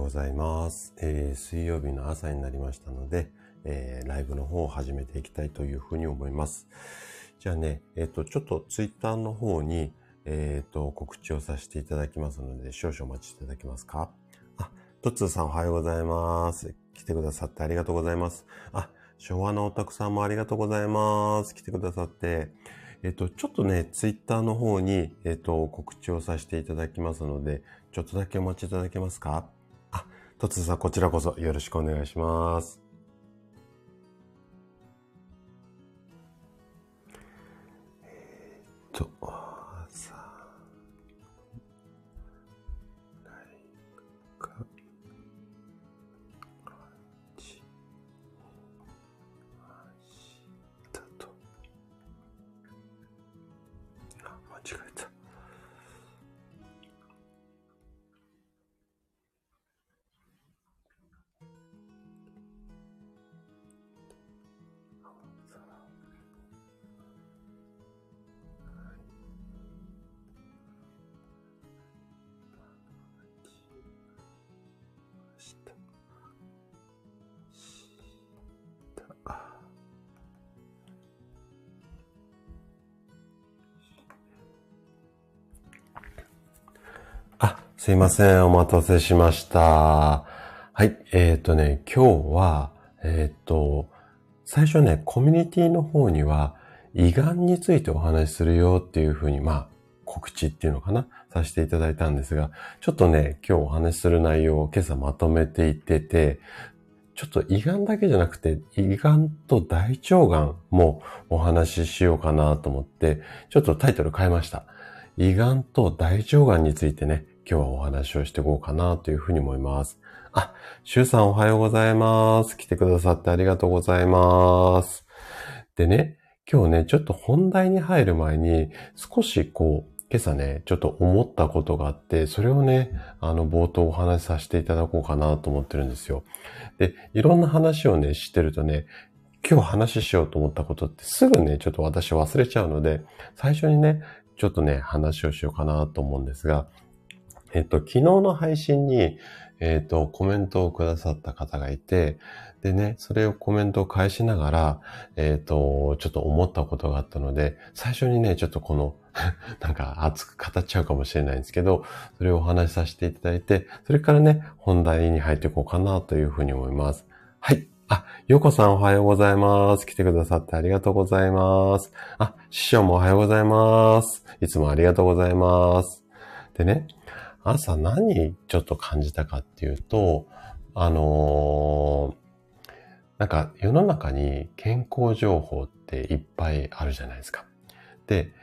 ようございます。水曜日の朝になりましたので、ライブの方を始めていきたいというふうに思います。じゃあね、ちょっとツイッターの方に、告知をさせていただきますので、少々お待ちいただけますか？トッツーさんおはようございます。来てくださってありがとうございます。昭和のオタクさんもありがとうございます。来てくださって。ちょっとね、ツイッターの方に、告知をさせていただきますので、ちょっとだけお待ちいただけますか？トッツーさんこちらこそよろしくお願いします。さあ、間違えた。すいません。お待たせしました。はい。今日は、最初ね、コミュニティの方には、胃がんについてお話しするよっていうふうに、告知っていうのかなさせていただいたんですが、ちょっとね、今日お話しする内容を今朝まとめていってて、ちょっと胃がんだけじゃなくて、胃がんと大腸がんもお話ししようかなと思って、ちょっとタイトル変えました。胃がんと大腸がんについてね、今日はお話をしていこうかなというふうに思います。シュウさんおはようございます。来てくださってありがとうございます。でね、今日ね、ちょっと本題に入る前に、少し今朝ね、ちょっと思ったことがあって、それをね、冒頭お話しさせていただこうかなと思ってるんですよ。で、いろんな話をね、してるとね、今日話しようと思ったことってすぐね、ちょっと私忘れちゃうので、最初にね、ちょっとね、話をしようかなと思うんですが、昨日の配信に、コメントをくださった方がいて、でね、それをコメントを返しながら、ちょっと思ったことがあったので、最初にね、ちょっとこの、なんか熱く語っちゃうかもしれないんですけど、それをお話しさせていただいて、それからね、本題に入っていこうかなというふうに思います。はい。よこさんおはようございます。来てくださってありがとうございます。師匠もおはようございます。いつもありがとうございます。でね、朝何ちょっと感じたかっていうと、なんか世の中に健康情報っていっぱいあるじゃないですか。で、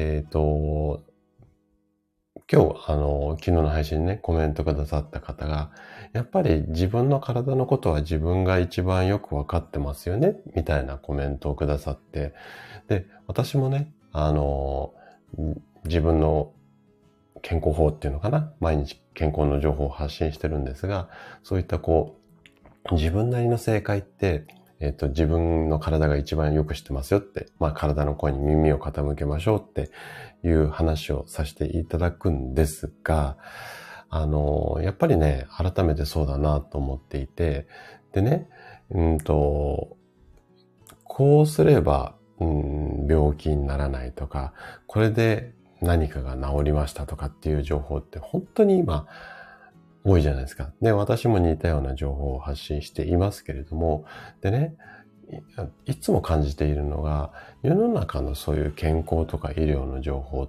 今日、昨日の配信ね、コメントくださった方が、やっぱり自分の体のことは自分が一番よくわかってますよね、みたいなコメントをくださって、で、私もね、自分の健康法っていうのかな、毎日健康の情報を発信してるんですが、そういった自分なりの正解って、自分の体が一番よく知ってますよって、体の声に耳を傾けましょうっていう話をさせていただくんですが、やっぱりね、改めてそうだなと思っていて、でね、こうすれば、病気にならないとか、これで何かが治りましたとかっていう情報って本当に今多いじゃないですか。で、私も似たような情報を発信していますけれども、でね、いつも感じているのが、世の中のそういう健康とか医療の情報って、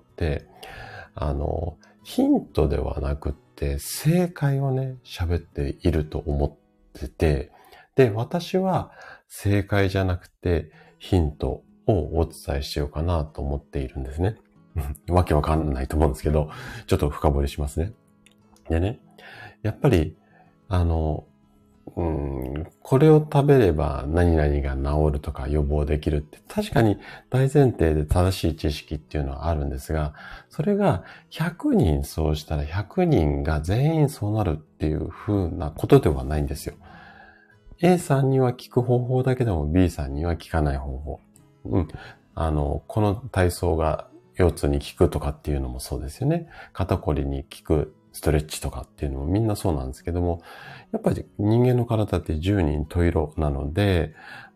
ヒントではなくって正解をね、喋っていると思ってて、で、私は正解じゃなくてヒントをお伝えしようかなと思っているんですね。わけわかんないと思うんですけど、ちょっと深掘りしますね。でね、やっぱり、これを食べれば何々が治るとか予防できるって確かに大前提で正しい知識っていうのはあるんですが、それが100人そうしたら100人が全員そうなるっていう風なことではないんですよ。A さんには効く方法だけでも B さんには効かない方法。この体操が腰痛に効くとかっていうのもそうですよね。肩こりに効くストレッチとかっていうのもみんなそうなんですけども、やっぱり人間の体って十人十色なので、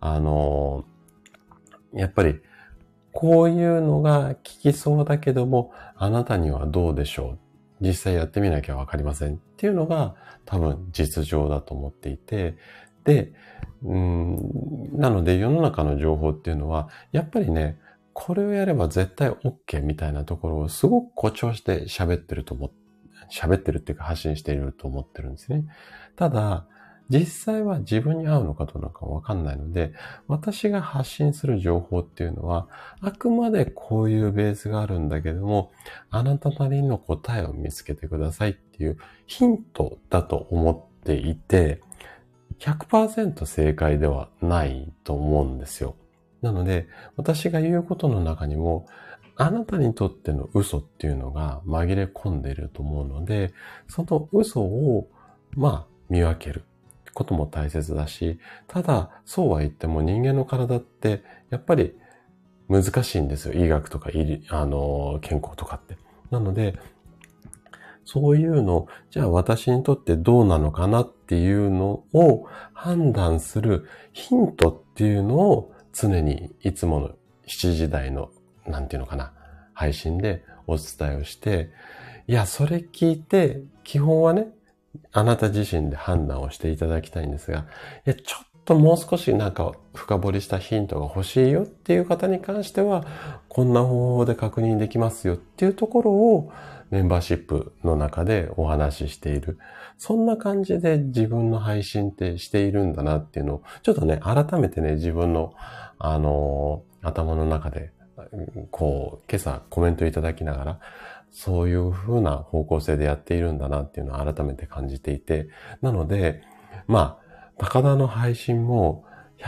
やっぱりこういうのが効きそうだけども、あなたにはどうでしょう？実際やってみなきゃわかりませんっていうのが多分実情だと思っていて、で、なので世の中の情報っていうのは、やっぱりね、これをやれば絶対 OK みたいなところをすごく誇張して喋ってるっていうか発信していると思ってるんですね。ただ、実際は自分に合うのかどうなのかわかんないので、私が発信する情報っていうのは、あくまでこういうベースがあるんだけども、あなたなりの答えを見つけてくださいっていうヒントだと思っていて、100% 正解ではないと思うんですよ。なので、私が言うことの中にも、あなたにとっての嘘っていうのが紛れ込んでいると思うので、その嘘を、見分けることも大切だし、ただ、そうは言っても人間の体って、やっぱり難しいんですよ。医学とか健康とかって。なので、そういうの、じゃあ私にとってどうなのかなっていうのを判断するヒントっていうのを常にいつもの7時台の、配信でお伝えをして、いや、それ聞いて、基本はね、あなた自身で判断をしていただきたいんですが、いや、ちょっともう少し深掘りしたヒントが欲しいよっていう方に関しては、こんな方法で確認できますよっていうところをメンバーシップの中でお話ししている。そんな感じで自分の配信ってしているんだなっていうのを、ちょっとね、改めてね、自分の、頭の中で、今朝コメントいただきながら、そういう風な方向性でやっているんだなっていうのを改めて感じていて、なので、高田の配信も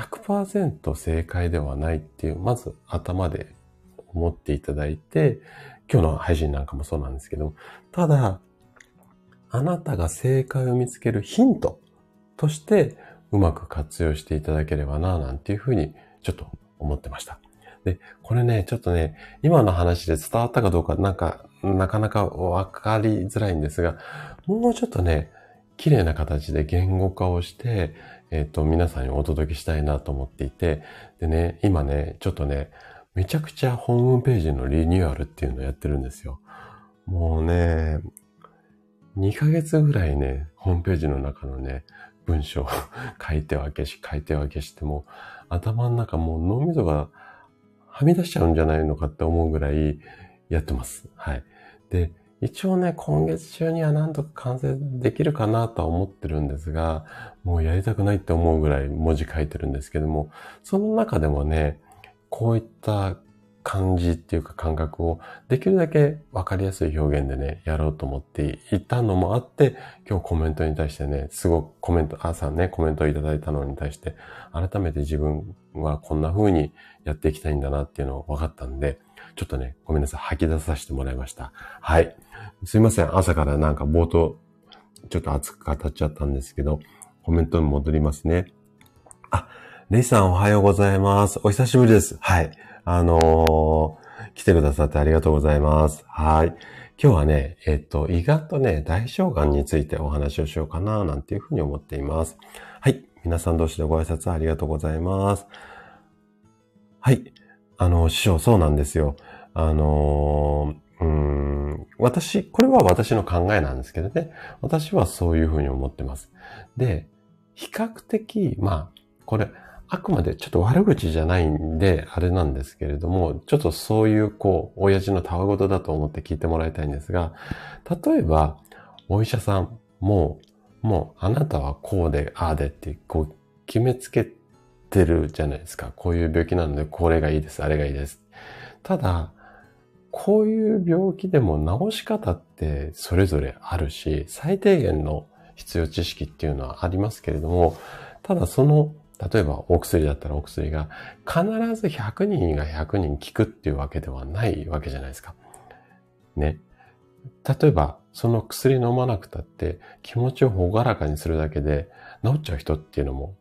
100% 正解ではないっていう、まず頭で思っていただいて、今日の配信なんかもそうなんですけど、ただ、あなたが正解を見つけるヒントとしてうまく活用していただければな、なんていうふうにちょっと思ってました。で、これね、ちょっとね、今の話で伝わったかどうかなかなかわかりづらいんですが、もうちょっとね、綺麗な形で言語化をして、皆さんにお届けしたいなと思っていて、でね、今ね、ちょっとね、めちゃくちゃホームページのリニューアルっていうのをやってるんですよ。もうね、2ヶ月ぐらいね、ホームページの中のね、文章を書いては消しても、頭の中もう脳みそがはみ出しちゃうんじゃないのかって思うぐらいやってます。はい。で、一応ね、今月中にはなんとか完成できるかなとは思ってるんですが、もうやりたくないって思うぐらい文字書いてるんですけども、その中でもね、こういった感じっていうか感覚をできるだけわかりやすい表現でね、やろうと思っていたのもあって、今日コメントに対してね、すごく朝ね、コメントをいただいたのに対して、改めて自分はこんな風にやっていきたいんだなっていうのを分かったんで、ちょっとね、ごめんなさい、吐き出させてもらいました。はい。すいません、朝から冒頭、ちょっと熱く語っちゃったんですけど、コメントに戻りますね。レイさんおはようございます。お久しぶりです。はい。来てくださってありがとうございます。はい。今日はね、胃がんとね、大腸がんについてお話をしようかな、なんていうふうに思っています。はい。皆さん同士でご挨拶ありがとうございます。はい。師匠、そうなんですよ。これは私の考えなんですけどね。私はそういうふうに思ってます。で、比較的、これ、あくまでちょっと悪口じゃないんで、あれなんですけれども、ちょっとそういう、親父のたわごとだと思って聞いてもらいたいんですが、例えば、お医者さんも、あなたはこうで、ああでって、決めつけてるじゃないですか。こういう病気なので、これがいいです、あれがいいです。ただ、こういう病気でも治し方ってそれぞれあるし、最低限の必要知識っていうのはありますけれども、ただ例えばお薬だったらお薬が必ず100人が100人効くっていうわけではないわけじゃないですか。ね。例えばその薬飲まなくたって気持ちをほがらかにするだけで治っちゃう人っていうのも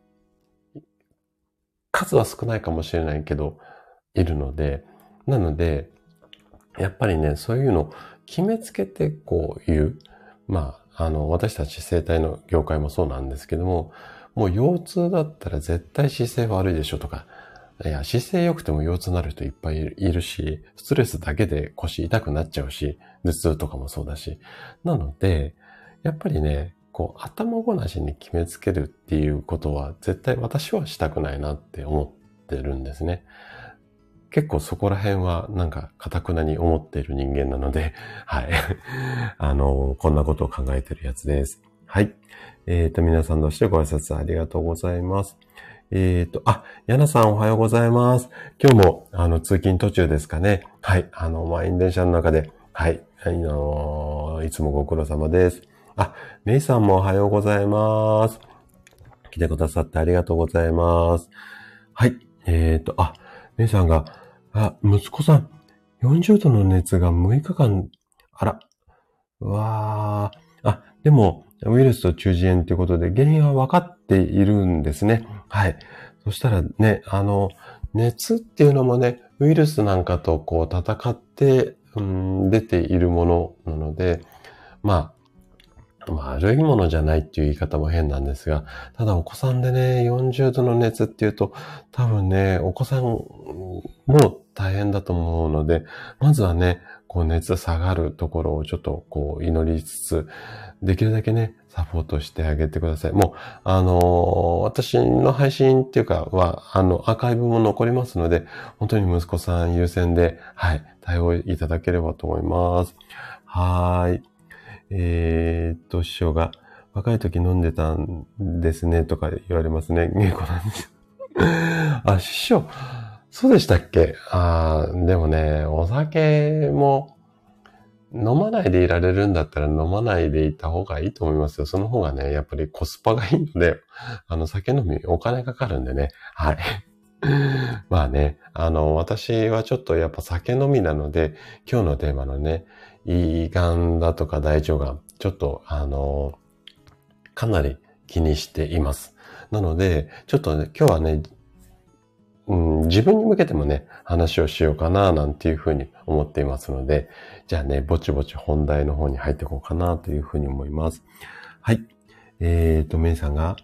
数は少ないかもしれないけどいるので、なのでやっぱりね、そういうのを決めつけて言う。 私たち生体の業界もそうなんですけども、もう腰痛だったら絶対姿勢悪いでしょとか、いや、姿勢良くても腰痛になる人いっぱいいるし、ストレスだけで腰痛くなっちゃうし、頭痛とかもそうだし。なので、やっぱりね、頭ごなしに決めつけるっていうことは絶対私はしたくないなって思ってるんですね。結構そこら辺はなんか堅くなに思っている人間なので、はい。こんなことを考えてるやつです。はい。皆さんとしてご挨拶ありがとうございます。ヤナさんおはようございます。今日も、通勤途中ですかね。はい。満員電車の中で、はい。いつもご苦労様です。メイさんもおはようございます。来てくださってありがとうございます。はい。メイさんが、息子さん、40度の熱が6日間、あら、うわー。でも、ウイルスと中耳炎ということで、原因は分かっているんですね。はい。そしたらね、熱っていうのもね、ウイルスなんかと戦って、出ているものなので、悪いものじゃないっていう言い方も変なんですが、ただお子さんでね、40度の熱っていうと、多分ね、お子さんも大変だと思うので、まずはね、熱下がるところをちょっと祈りつつ、できるだけね、サポートしてあげてください。もう、私の配信っていうかは、アーカイブも残りますので、本当に息子さん優先で、はい、対応いただければと思います。はーい。師匠が、若い時飲んでたんですね、とか言われますね。猫なんです。師匠、そうでしたっけ？でもね、お酒も飲まないでいられるんだったら飲まないでいた方がいいと思いますよ。その方がね、やっぱりコスパがいいので、酒飲みお金かかるんでね。はい。私はちょっとやっぱ酒飲みなので、今日のテーマのね、胃がんだとか大腸がん、ちょっとかなり気にしています。なので、ちょっとね、今日はね、自分に向けてもね、話をしようかな、なんていうふうに思っていますので、じゃあね、ぼちぼち本題の方に入っていこうかな、というふうに思います。はい。メイさんが、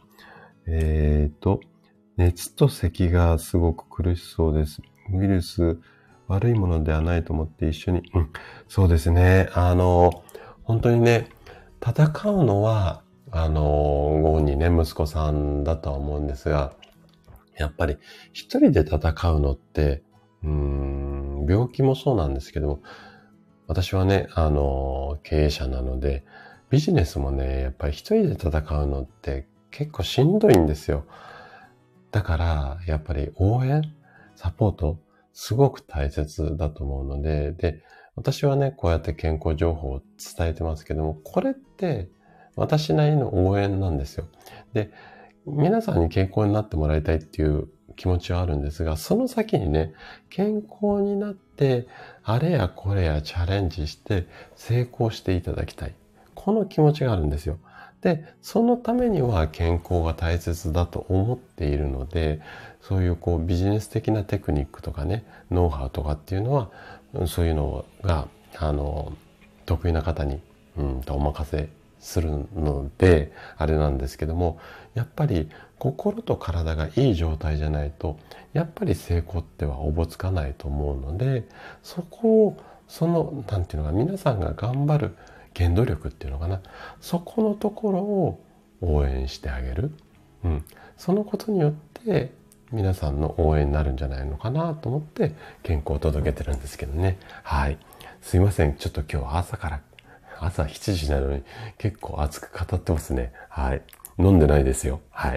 熱と咳がすごく苦しそうです。ウイルス、悪いものではないと思って一緒に。そうですね。本当にね、戦うのは、ご本人ね、息子さんだとは思うんですが、やっぱり一人で戦うのって、病気もそうなんですけども、私はね、経営者なので、ビジネスもね、やっぱり一人で戦うのって結構しんどいんですよ。だから、やっぱり応援、サポート、すごく大切だと思うので、私はね、こうやって健康情報を伝えてますけども、これって私なりの応援なんですよ。で、皆さんに健康になってもらいたいっていう気持ちはあるんですが、その先にね、健康になって、あれやこれやチャレンジして成功していただきたい。この気持ちがあるんですよ。で、そのためには健康が大切だと思っているので、そういうビジネス的なテクニックとかね、ノウハウとかっていうのは、そういうのが、得意な方に、お任せするので、あれなんですけども、やっぱり心と体がいい状態じゃないと、やっぱり成功ってはおぼつかないと思うので、そこを、なんていうのか、皆さんが頑張る原動力っていうのかな。そこのところを応援してあげる。そのことによって皆さんの応援になるんじゃないのかなと思って健康を届けてるんですけどね。はい。すいません。ちょっと今日は朝7時なのに結構熱く語ってますね。はい。飲んでないですよ。はい。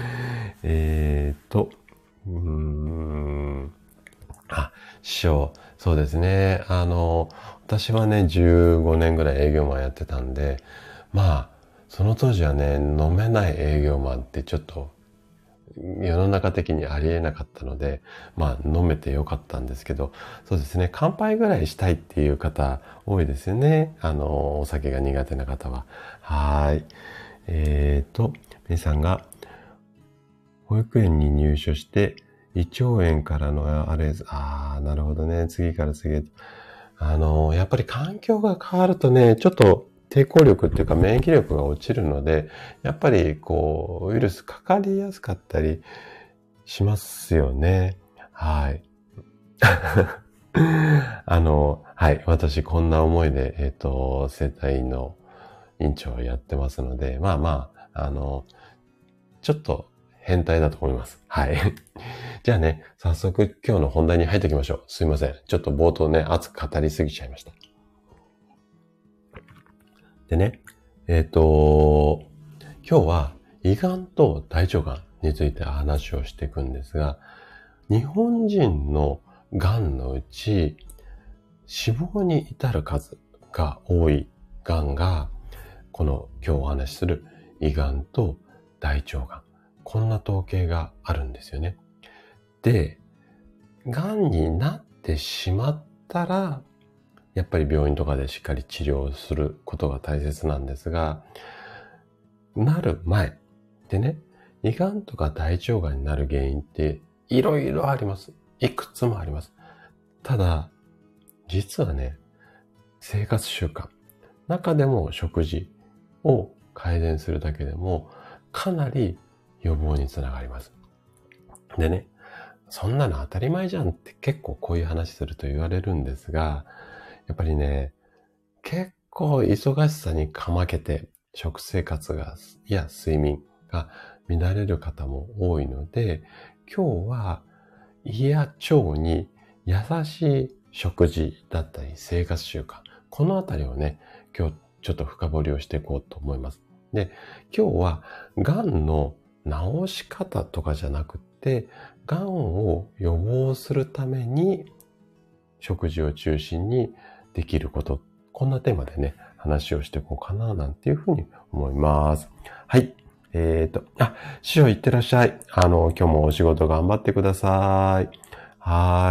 師匠。そうですね。私はね、15年ぐらい営業マンやってたんで、その当時はね、飲めない営業マンってちょっと、世の中的にありえなかったので、飲めてよかったんですけど、そうですね、乾杯ぐらいしたいっていう方多いですよね。お酒が苦手な方は。はい。皆さんが、保育園に入所して、胃腸炎からのあれ、なるほどね。次から次へと。やっぱり環境が変わるとね、ちょっと抵抗力っていうか免疫力が落ちるので、やっぱりウイルスかかりやすかったりしますよね。はい。はい。私こんな思いで、生体院の院長をやってますので、ちょっと変態だと思います。はい。じゃあね、早速今日の本題に入っていきましょう。すいません。ちょっと冒頭ね、熱く語りすぎちゃいました。でね、今日は胃がんと大腸がんについて話をしていくんですが、日本人のがんのうち死亡に至る数が多いがんが、この今日お話しする胃がんと大腸がん。こんな統計があるんですよね。で、がんになってしまったら、やっぱり病院とかでしっかり治療することが大切なんですが、なる前でね、胃がんとか大腸がんになる原因っていろいろあります。いくつもあります。ただ、実はね、生活習慣、中でも食事を改善するだけでもかなり予防につながります。でね、そんなの当たり前じゃんって結構こういう話すると言われるんですが、やっぱりね、結構忙しさにかまけて食生活や睡眠が乱れる方も多いので、今日は胃や腸に優しい食事だったり生活習慣、このあたりをね、今日ちょっと深掘りをしていこうと思います。で、今日はがんの治し方とかじゃなくて、がんを予防するために食事を中心にできること、こんなテーマでね、話をしていこうかな、なんていうふうに思います。はい。師匠いってらっしゃい。今日もお仕事頑張ってください。はい。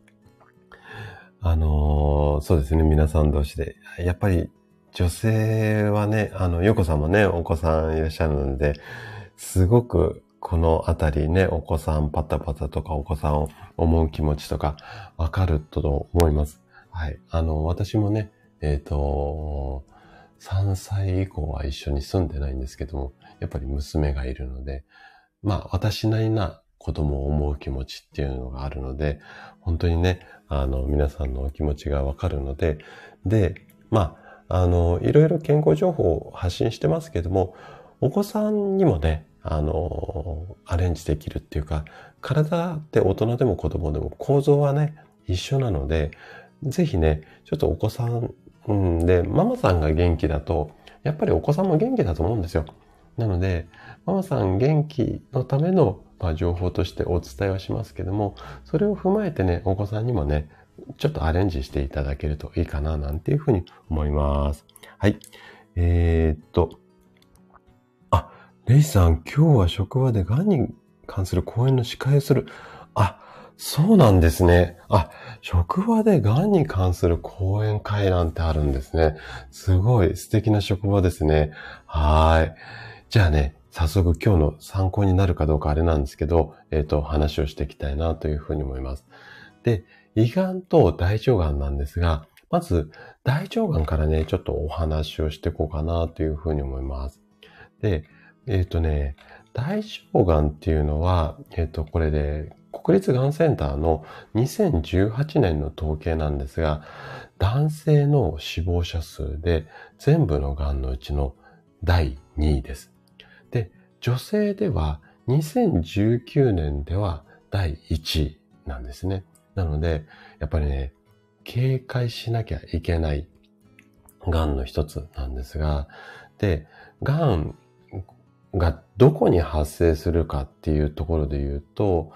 そうですね、皆さん同士で。やっぱり女性はね、ヨコさんもね、お子さんいらっしゃるので、すごくこのあたりね、お子さんパタパタとかお子さんを思う気持ちとかわかると思います。はい。私もね、3歳以降は一緒に住んでないんですけども、やっぱり娘がいるので、私なりな子供を思う気持ちっていうのがあるので、本当にね、皆さんのお気持ちがわかるので、で、いろいろ健康情報を発信してますけども、お子さんにもね、アレンジできるっていうか、体って大人でも子供でも構造はね、一緒なので、ぜひね、ちょっとお子さん、で、ママさんが元気だと、やっぱりお子さんも元気だと思うんですよ。なので、ママさん元気のための、情報としてお伝えはしますけども、それを踏まえてね、お子さんにもね、ちょっとアレンジしていただけるといいかな、なんていうふうに思います。はい。レイさん、今日は職場でがんに関する講演の司会をする。そうなんですね。職場でがんに関する講演会なんてあるんですね。すごい素敵な職場ですね。はい。じゃあね、早速今日の参考になるかどうかあれなんですけど、話をしていきたいなというふうに思います。で、胃がんと大腸がんなんですが、まず大腸がんからね、ちょっとお話をしていこうかなというふうに思います。で、大腸がんっていうのは、これで国立がんセンターの2018年の統計なんですが、男性の死亡者数で全部のがんのうちの第2位です。で、女性では2019年では第1位なんですね。なので、やっぱりね、警戒しなきゃいけないがんの一つなんですが、で、がんがどこに発生するかっていうところで言うと、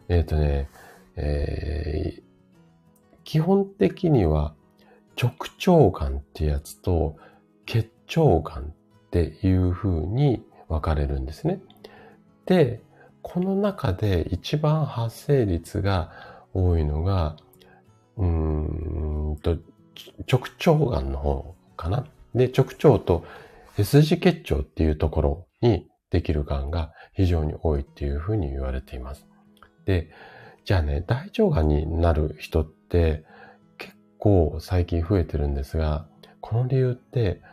基本的には直腸がんってやつと結腸がんっていう風に分かれるんですね。で、この中で一番発生率が多いのが、直腸がんの方かな。で、直腸と S 字結腸っていうところにできるがんが非常に多いっていうふうに言われています。で、じゃあね、大腸がんになる人って結構最近増えてるんですが、この理由って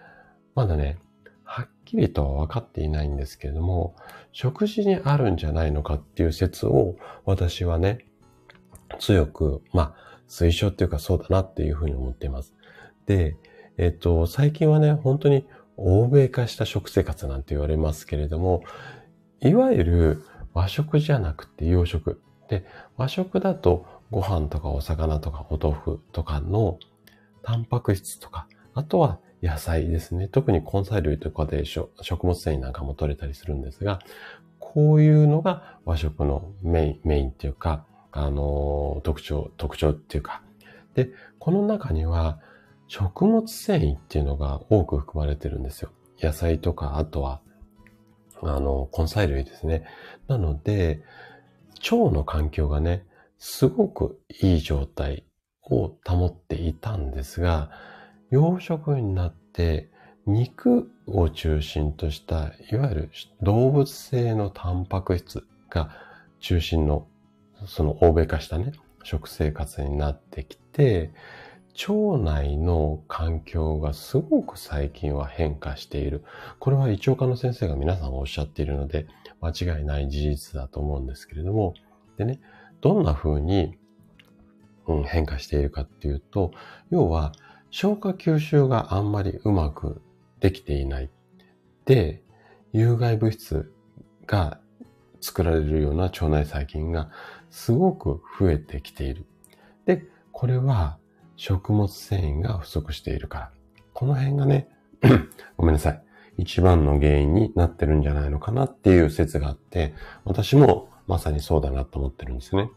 まだね、はっきりとは分かっていないんですけれども、食事にあるんじゃないのかっていう説を私はね、強く、推奨っていうかそうだなっていうふうに思っています。で、最近はね、本当に欧米化した食生活なんて言われますけれども、いわゆる和食じゃなくて洋食。で、和食だとご飯とかお魚とかお豆腐とかのタンパク質とか、あとは野菜ですね。特に根菜類とかで食物繊維なんかも取れたりするんですが、こういうのが和食のメインっていうか、特徴っていうか。で、この中には食物繊維っていうのが多く含まれてるんですよ。野菜とか、あとは、根菜類ですね。なので、腸の環境がね、すごくいい状態を保っていたんですが、洋食になって肉を中心としたいわゆる動物性のタンパク質が中心のその欧米化したね食生活になってきて、腸内の環境がすごく最近は変化している。これは胃腸科の先生が皆さんおっしゃっているので間違いない事実だと思うんですけれども、でね、どんな風に変化しているかっていうと、要は消化吸収があんまりうまくできていない。で、有害物質が作られるような腸内細菌がすごく増えてきている。で、これは食物繊維が不足しているから。この辺がね、ごめんなさい。一番の原因になってるんじゃないのかなっていう説があって、私もまさにそうだなと思ってるんですね。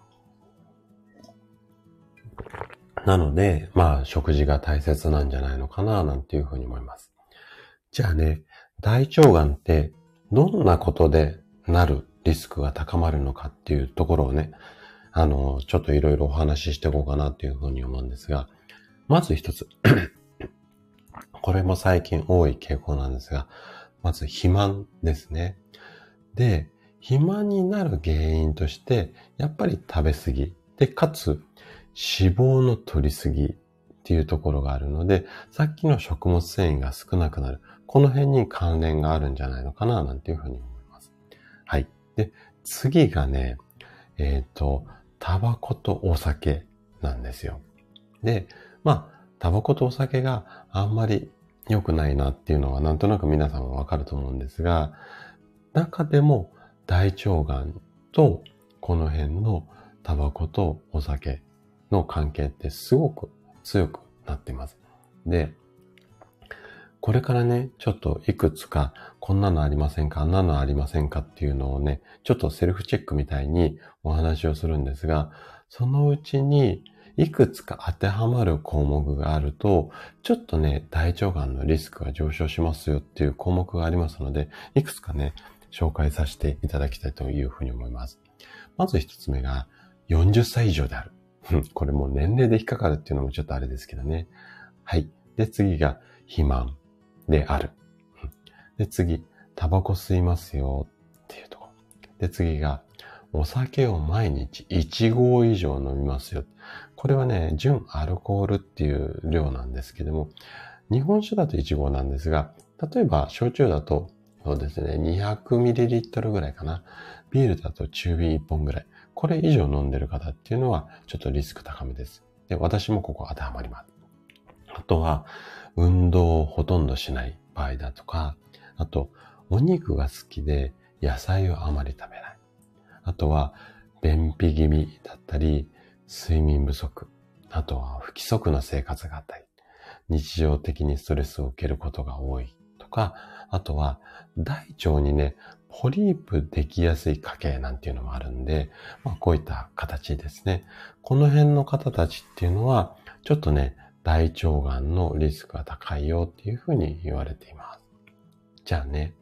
なので、食事が大切なんじゃないのかな、なんていうふうに思います。じゃあね、大腸がんってどんなことでなるリスクが高まるのかっていうところをね、ちょっといろいろお話ししていこうかなというふうに思うんですが、まず一つ。これも最近多い傾向なんですが、まず肥満ですね。で、肥満になる原因として、やっぱり食べ過ぎ。で、かつ、脂肪の取りすぎっていうところがあるので、さっきの食物繊維が少なくなる。この辺に関連があるんじゃないのかな、なんていうふうに思います。はい。で、次がね、タバコとお酒なんですよ。で、タバコとお酒があんまり良くないなっていうのはなんとなく皆さんもわかると思うんですが、中でも大腸がんとこの辺のタバコとお酒の関係ってすごく強くなっています。で、これからね、ちょっといくつかこんなのありませんか、あんなのありませんかっていうのをね、ちょっとセルフチェックみたいにお話をするんですが、そのうちにいくつか当てはまる項目があると、ちょっとね、大腸がんのリスクが上昇しますよっていう項目がありますので、いくつかね、紹介させていただきたいというふうに思います。まず一つ目が40歳以上である。これもう年齢で引っかかるっていうのもちょっとあれですけどね。はい。で、次が肥満である。で、次、タバコ吸いますよっていうところ。で、次が、お酒を毎日1合以上飲みますよ。これはね、純アルコールっていう量なんですけども、日本酒だと1合なんですが、例えば焼酎だと、そうですね、200ml ぐらいかな。ビールだと中瓶1本ぐらい。これ以上飲んでる方っていうのは、ちょっとリスク高めです。で、私もここ当てはまります。あとは、運動をほとんどしない場合だとか、あと、お肉が好きで野菜をあまり食べない。あとは、便秘気味だったり、睡眠不足。あとは、不規則な生活があったり、日常的にストレスを受けることが多いとか、あとは、大腸にね、ポリープできやすい家系なんていうのもあるんで、こういった形ですね。この辺の方たちっていうのは、ちょっとね、大腸がんのリスクが高いよっていうふうに言われています。じゃあね、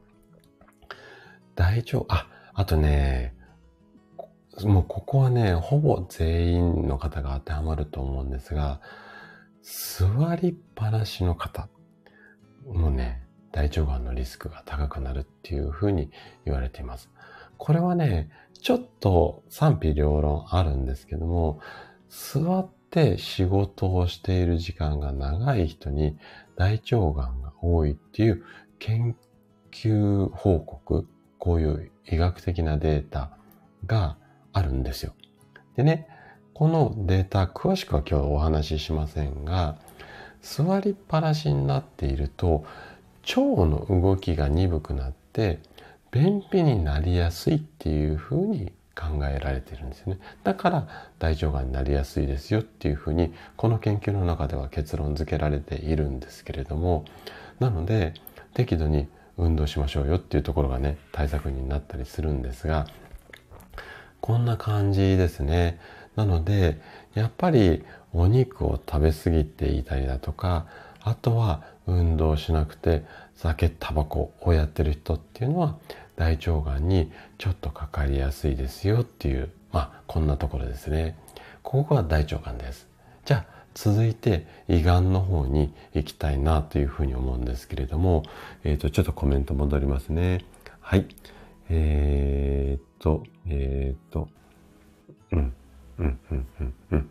あとね、もうここはね、ほぼ全員の方が当てはまると思うんですが、座りっぱなしの方もね、大腸がんのリスクが高くなるっていうふうに言われています。これはね、ちょっと賛否両論あるんですけども、座っって仕事をしている時間が長い人に大腸がんが多いっていう研究報告、こういう医学的なデータがあるんですよ。でね、このデータ詳しくは今日お話ししませんが、座りっぱなしになっていると腸の動きが鈍くなって便秘になりやすいっていうふうに考えられているんですよね。だから大腸がんになりやすいですよっていうふうにこの研究の中では結論付けられているんですけれども、なので適度に運動しましょうよっていうところがね対策になったりするんですが、こんな感じですね。なのでやっぱりお肉を食べ過ぎていたりだとか、あとは運動しなくて酒タバコをやってる人っていうのは大腸がんにちょっとかかりやすいですよっていう、こんなところですね。ここが大腸がんです。じゃあ続いて胃がんの方に行きたいなというふうに思うんですけれども、ちょっとコメント戻りますね。はい。えーっと、えーっと、うん、うん、うん、うん、うん。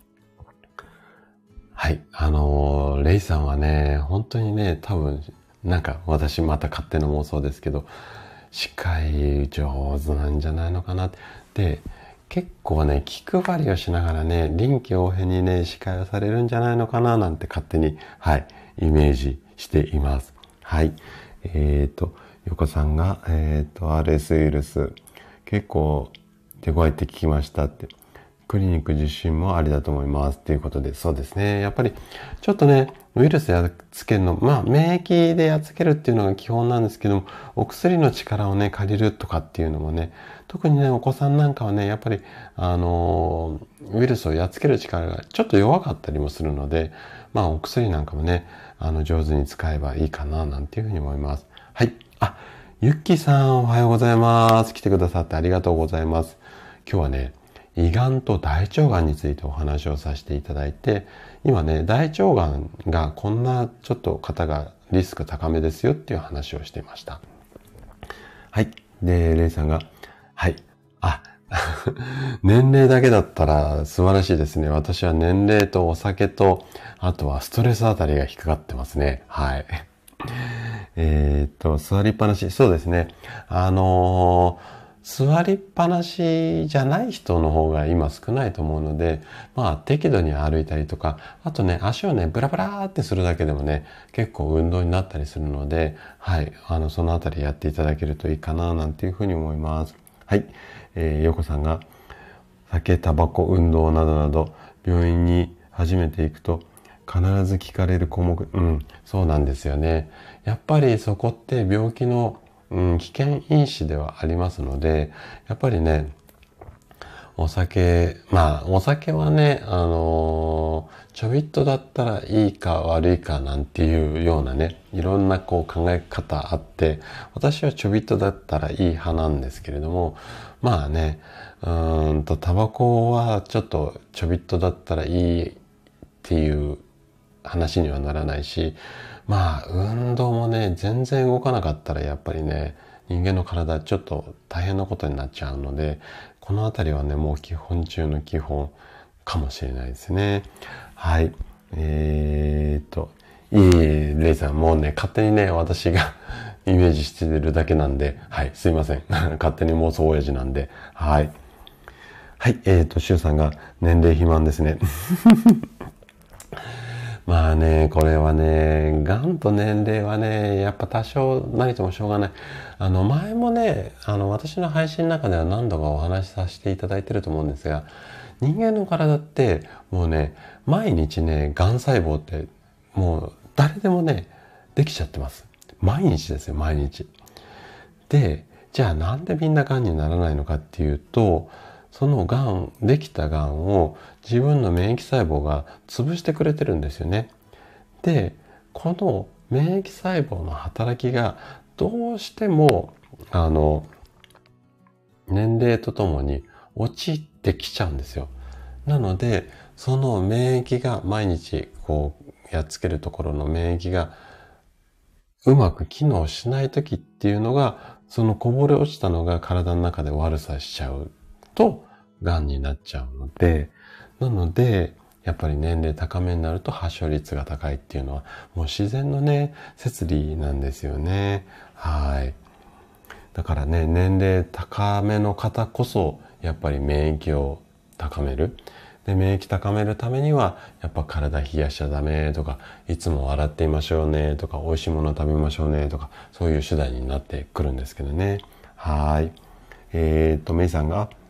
はい。レイさんはね、本当にね、多分、なんか私また勝手な妄想ですけど、司会上手なんじゃないのかなって。で、結構ね、気配りをしながらね、臨機応変にね、司会をされるんじゃないのかななんて勝手に、はい、イメージしています。はい。横さんが、RS ウイルス、結構手強いって聞きましたって。クリニック受診もありだと思いますっていうことで、そうですね。やっぱりちょっとね、ウイルスやっつけるの、免疫でやっつけるっていうのが基本なんですけども、お薬の力をね、借りるとかっていうのもね、特にね、お子さんなんかはね、やっぱり、ウイルスをやっつける力がちょっと弱かったりもするので、お薬なんかもね、上手に使えばいいかな、なんていうふうに思います。はい。ゆっきーさん、おはようございます。来てくださってありがとうございます。今日はね、胃がんと大腸がんについてお話をさせていただいて、今ね、大腸がんがこんなちょっと方がリスク高めですよっていう話をしていました。はい。で、レイさんが、はい。あ、年齢だけだったら素晴らしいですね。私は年齢とお酒と、あとはストレスあたりが引っかかってますね。はい。座りっぱなし。そうですね。座りっぱなしじゃない人の方が今少ないと思うので、適度に歩いたりとか、あとね、足をね、ブラブラーってするだけでもね、結構運動になったりするので、はい、そのあたりやっていただけるといいかな、なんていうふうに思います。はい。ヨコさんが、酒、タバコ、運動などなど、病院に初めて行くと、必ず聞かれる項目、そうなんですよね。やっぱりそこって病気の、危険因子ではありますので、やっぱりね、お酒はね、ちょびっとだったらいいか悪いかなんていうようなね、いろんなこう考え方あって、私はちょびっとだったらいい派なんですけれども、タバコはちょっとちょびっとだったらいいっていう話にはならないし、運動もね、全然動かなかったらやっぱりね、人間の体ちょっと大変なことになっちゃうので、このあたりはね、もう基本中の基本かもしれないですね。はい。レイさん、もうね、勝手にね、私がイメージしてるだけなんで、はい、すいません。勝手に妄想親父なんで、はい。はい、シュウさんが年齢肥満ですね。これはね、がんと年齢はね、やっぱ多少なりともしょうがない。前もね、私の配信の中では何度かお話しさせていただいてると思うんですが、人間の体ってもうね、毎日ね、がん細胞ってもう誰でもね、できちゃってます。毎日ですよ、毎日。で、じゃあなんでみんながんにならないのかっていうと、そのがん、できたがんを自分の免疫細胞が潰してくれてるんですよね。で、この免疫細胞の働きがどうしても、年齢とともに落ちてきちゃうんですよ。なので、その免疫が毎日こうやっつけるところの免疫がうまく機能しない時っていうのが、そのこぼれ落ちたのが体の中で悪さしちゃうと、癌になっちゃうので、なので、 やっぱり年齢高めになると発症率が高いっていうのは、もう自然のね、摂理なんですよね。はい。だからね、年齢高めの方こそ、やっぱり免疫を高める。で、免疫高めるためには、やっぱ体冷やしちゃダメとか、いつも洗っていましょうねとか、美味しいもの食べましょうねとか、そういう手段になってくるんですけどね。はい。メイさんが、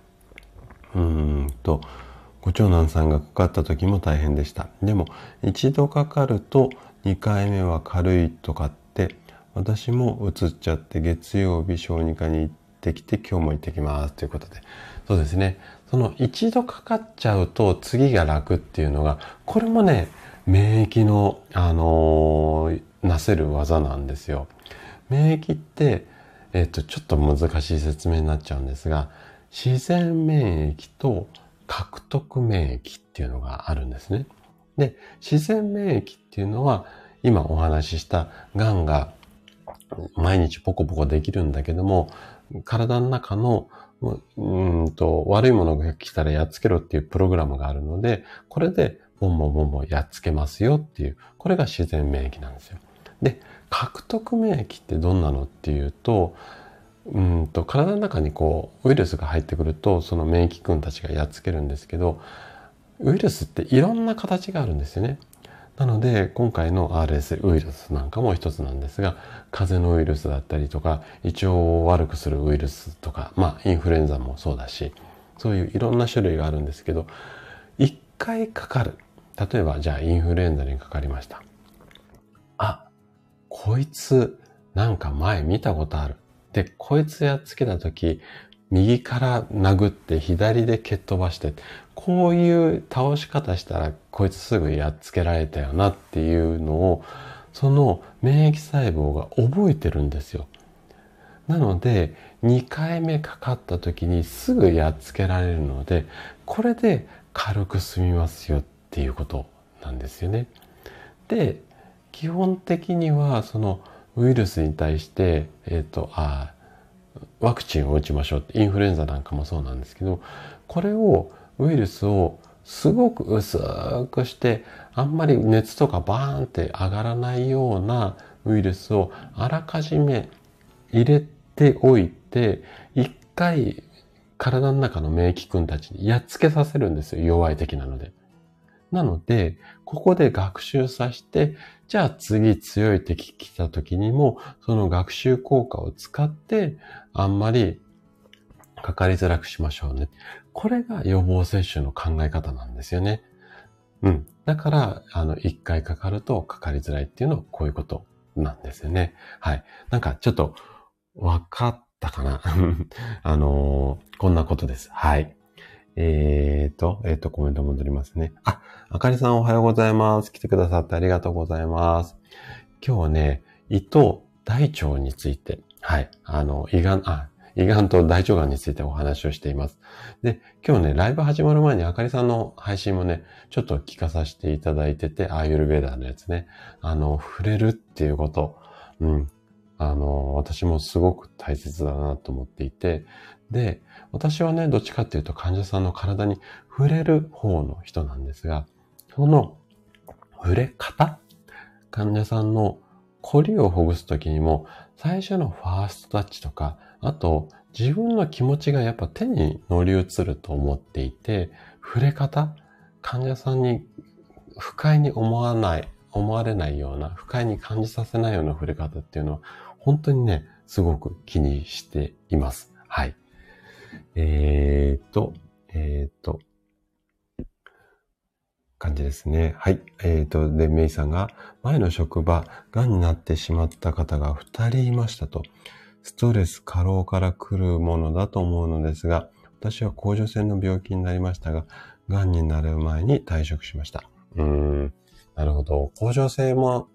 ご長男さんがかかった時も大変でした。でも、一度かかると2回目は軽いとかって、私も移っちゃって月曜日小児科に行ってきて今日も行ってきますということで。そうですね。その一度かかっちゃうと次が楽っていうのが、これもね、免疫の、なせる技なんですよ。免疫って、ちょっと難しい説明になっちゃうんですが、自然免疫と獲得免疫っていうのがあるんですね。で、自然免疫っていうのは、今お話しした癌が毎日ポコポコできるんだけども、体の中の悪いものが来たらやっつけろっていうプログラムがあるので、これでボンボンボンボンやっつけますよっていう、これが自然免疫なんですよ。で、獲得免疫ってどんなのっていうと、体の中にウイルスが入ってくると、その免疫君たちがやっつけるんですけど、ウイルスっていろんな形があるんですよね。なので、今回の RS ウイルスなんかも一つなんですが、風邪のウイルスだったりとか、胃腸を悪くするウイルスとか、インフルエンザもそうだし、そういういろんな種類があるんですけど、一回かかる。例えば、じゃあインフルエンザにかかりました。あ、こいつ、なんか前見たことある。で、こいつやっつけたとき、右から殴って左で蹴っ飛ばして、こういう倒し方したらこいつすぐやっつけられたよなっていうのを、その免疫細胞が覚えてるんですよ。なので、2回目かかった時にすぐやっつけられるので、これで軽く済みますよっていうことなんですよね。で、基本的にはそのウイルスに対して、ワクチンを打ちましょうって、インフルエンザなんかもそうなんですけど、これを、ウイルスをすごく薄くして、あんまり熱とかバーンって上がらないようなウイルスをあらかじめ入れておいて、一回体の中の免疫君たちにやっつけさせるんですよ。弱い敵なので。なので、ここで学習させて、じゃあ次強い敵来た時にも、その学習効果を使って、あんまりかかりづらくしましょうね。これが予防接種の考え方なんですよね。だから、一回かかるとかかりづらいっていうのはこういうことなんですよね。はい。なんかちょっと、わかったかなこんなことです。はい。コメント戻りますね。あかりさんおはようございます。来てくださってありがとうございます。今日はね、胃と大腸について、はい、胃がんと大腸がんについてお話をしています。で、今日ね、ライブ始まる前にあかりさんの配信もね、ちょっと聞かさせていただいてて、アーユルベーダーのやつね、触れるっていうこと、私もすごく大切だなと思っていて、で、私はね、どっちかっていうと患者さんの体に触れる方の人なんですが、その触れ方、患者さんの凝りをほぐすときにも、最初のファーストタッチとか、あと自分の気持ちがやっぱ手に乗り移ると思っていて、触れ方、患者さんに不快に思われないような、不快に感じさせないような触れ方っていうのは、本当にね、すごく気にしています。はい。感じですね。はい。で、メイさんが、前の職場、癌になってしまった方が2人いましたと。ストレス過労から来るものだと思うのですが、私は甲状腺の病気になりましたが、癌になる前に退職しました。なるほど。甲状腺も、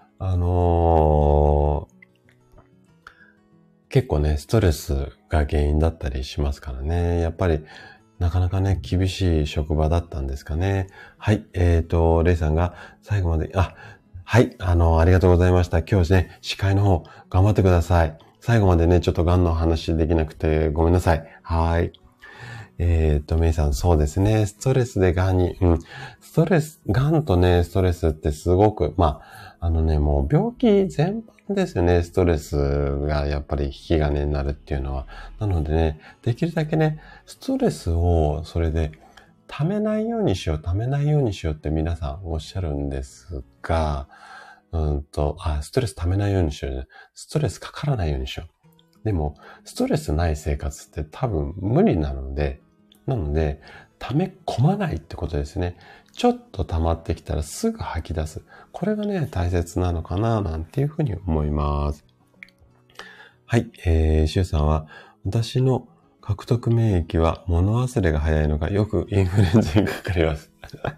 結構ね、ストレスが原因だったりしますからね。やっぱり、なかなかね、厳しい職場だったんですかね。はい。レイさんが最後まで、はい。ありがとうございました。今日ね、司会の方、頑張ってください。最後までね、ちょっと癌の話できなくてごめんなさい。はい。 メイさん、そうですね。ストレスで癌に、癌とね、ストレスってすごく、もう病気全般ですよね。ストレスがやっぱり引き金になるっていうのは。なのでね、できるだけね、ストレスをそれで溜めないようにしようって皆さんおっしゃるんですが、ストレス溜めないようにしよう。ストレスかからないようにしよう。でも、ストレスない生活って多分無理なので、溜め込まないってことですね。ちょっと溜まってきたらすぐ吐き出す。これがね、大切なのかな、なんていうふうに思います。はい、シュウさんは、私の獲得免疫は物忘れが早いのがよくインフルエンザにかかります。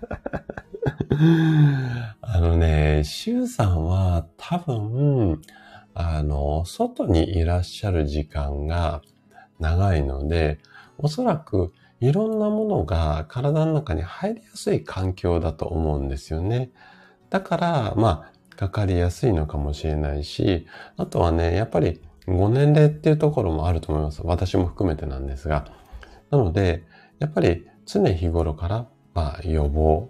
シュウさんは多分、外にいらっしゃる時間が長いので、おそらくいろんなものが体の中に入りやすい環境だと思うんですよね。だから、かかりやすいのかもしれないし、あとはね、やっぱりご年齢っていうところもあると思います。私も含めてなんですが。なので、やっぱり常日頃から、予防、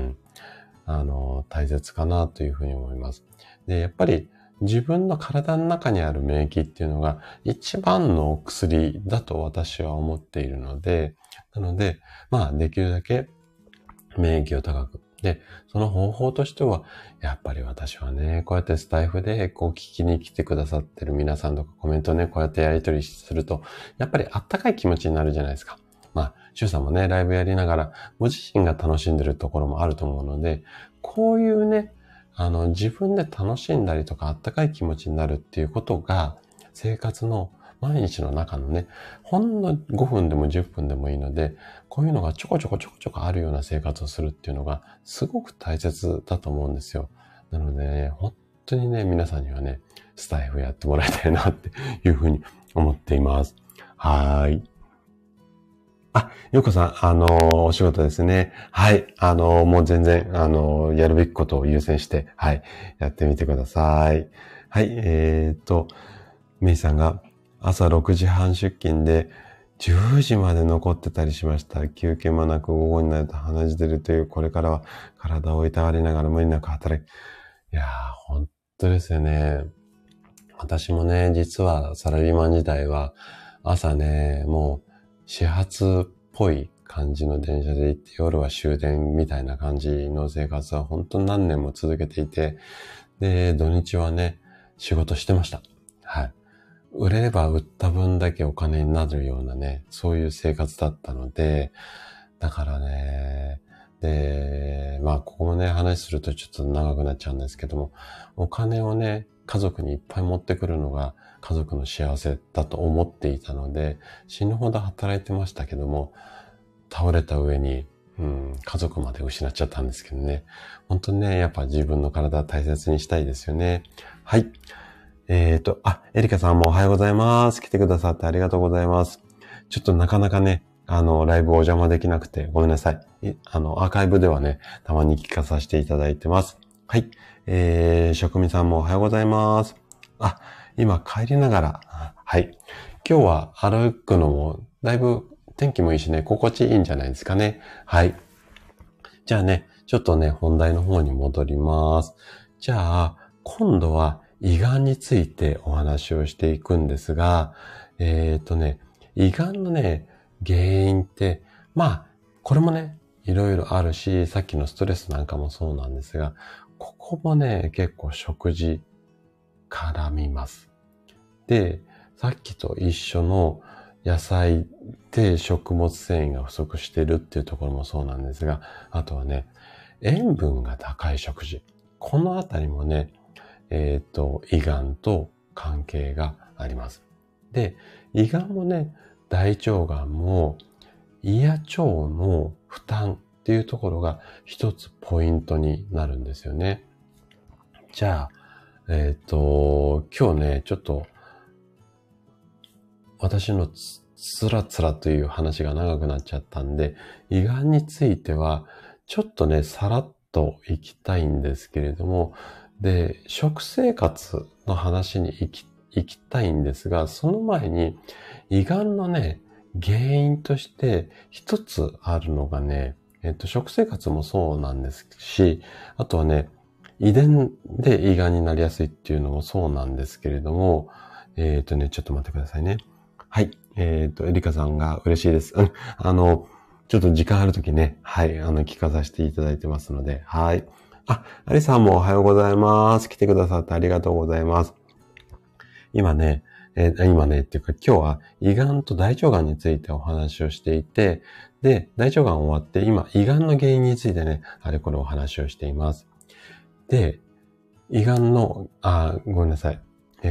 大切かなというふうに思います。で、やっぱり自分の体の中にある免疫っていうのが一番の薬だと私は思っているので、なので、できるだけ免疫を高く。で、その方法としては、やっぱり私はね、こうやってスタイフで聞きに来てくださってる皆さんとかコメントね、こうやってやり取りすると、やっぱりあったかい気持ちになるじゃないですか。シュウさんもね、ライブやりながら、ご自身が楽しんでるところもあると思うので、こういうね、自分で楽しんだりとか、あったかい気持ちになるっていうことが、生活の毎日の中のね、ほんの5分でも10分でもいいので、こういうのがちょこちょこあるような生活をするっていうのが、すごく大切だと思うんですよ。なのでね、本当にね、皆さんにはね、スタイフやってもらいたいなっていうふうに思っています。はーい。ようこさん、お仕事ですね。はい。もう全然、やるべきことを優先して、はい。やってみてください。はい。メイさんが朝6時半出勤で10時まで残ってたりしました。休憩もなく午後になると鼻血出るという、これからは体をいたわりながら無理なく働き。いやー、本当ですよね。私もね、実はサラリーマン時代は朝ね、もう始発っぽい感じの電車で行って夜は終電みたいな感じの生活は本当に何年も続けていて、で、土日はね、仕事してました。はい。売れれば売った分だけお金になるようなね、そういう生活だったので、だからね、で、ここもね、話するとちょっと長くなっちゃうんですけども、お金をね、家族にいっぱい持ってくるのが家族の幸せだと思っていたので、死ぬほど働いてましたけども、倒れた上に、家族まで失っちゃったんですけどね。本当にね、やっぱ自分の体大切にしたいですよね。はい。エリカさんもおはようございます。来てくださってありがとうございます。ちょっとなかなかね、ライブお邪魔できなくてごめんなさい。アーカイブではね、たまに聞かさせていただいてます。はい。職味さんもおはようございます。今帰りながら、はい。今日は歩くのも、だいぶ天気もいいしね、心地いいんじゃないですかね。はい。じゃあね、ちょっとね、本題の方に戻ります。じゃあ、今度は胃がんについてお話をしていくんですが、胃がんのね、原因って、これもね、いろいろあるし、さっきのストレスなんかもそうなんですが、ここもね、結構食事絡みます。で、さっきと一緒の野菜で食物繊維が不足してるっていうところもそうなんですが、あとはね、塩分が高い食事。このあたりもね、胃がんと関係があります。で、胃がんもね、大腸がんも胃や腸の負担っていうところが一つポイントになるんですよね。じゃあ、今日ね、ちょっと私のつらつらという話が長くなっちゃったんで、胃がんについては、ちょっとね、さらっと行きたいんですけれども、で、食生活の話に行きたいんですが、その前に、胃がんのね、 原因として一つあるのがね、食生活もそうなんですし、あとはね、遺伝で胃がんになりやすいっていうのもそうなんですけれども、ちょっと待ってくださいね。はい。エリカさんが嬉しいです。ちょっと時間あるときね、はい、聞かさせていただいてますので、はい。あ、アリさんもおはようございます。来てくださってありがとうございます。今ね、っていうか今日は胃がんと大腸がんについてお話をしていて、で、大腸がん終わって今胃がんの原因についてね、あれこれお話をしています。で、胃がんの、ごめんなさい。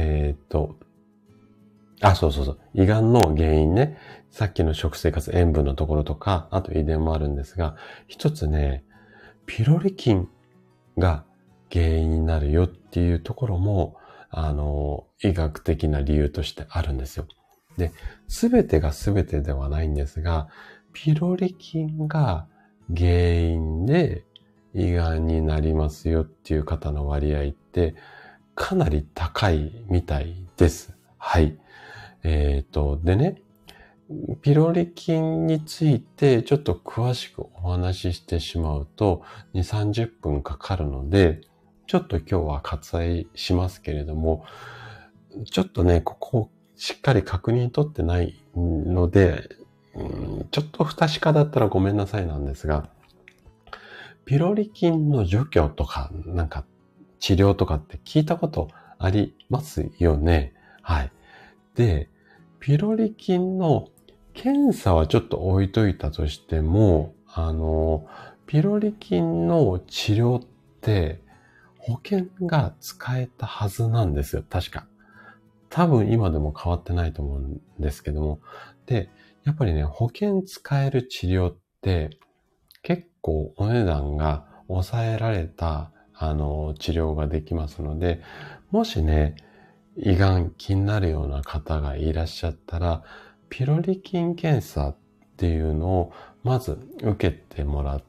そう。胃がんの原因ね。さっきの食生活、塩分のところとか、あと遺伝もあるんですが、一つね、ピロリ菌が原因になるよっていうところも、医学的な理由としてあるんですよ。で、すべてがすべてではないんですが、ピロリ菌が原因で胃がんになりますよっていう方の割合ってかなり高いみたいです。はい。でね、ピロリ菌についてちょっと詳しくお話ししてしまうと2、30分かかるので、ちょっと今日は割愛しますけれども、ちょっとね、ここしっかり確認取ってないので、ちょっと不確かだったらごめんなさいなんですが、ピロリ菌の除去とか、なんか治療とかって聞いたことありますよね。はい。で、ピロリ菌の検査はちょっと置いといたとしても、ピロリ菌の治療って保険が使えたはずなんですよ。確か。多分今でも変わってないと思うんですけども。で、やっぱりね、保険使える治療って結構お値段が抑えられた、治療ができますので、もしね、胃がん気になるような方がいらっしゃったら、ピロリ菌検査っていうのをまず受けてもらって、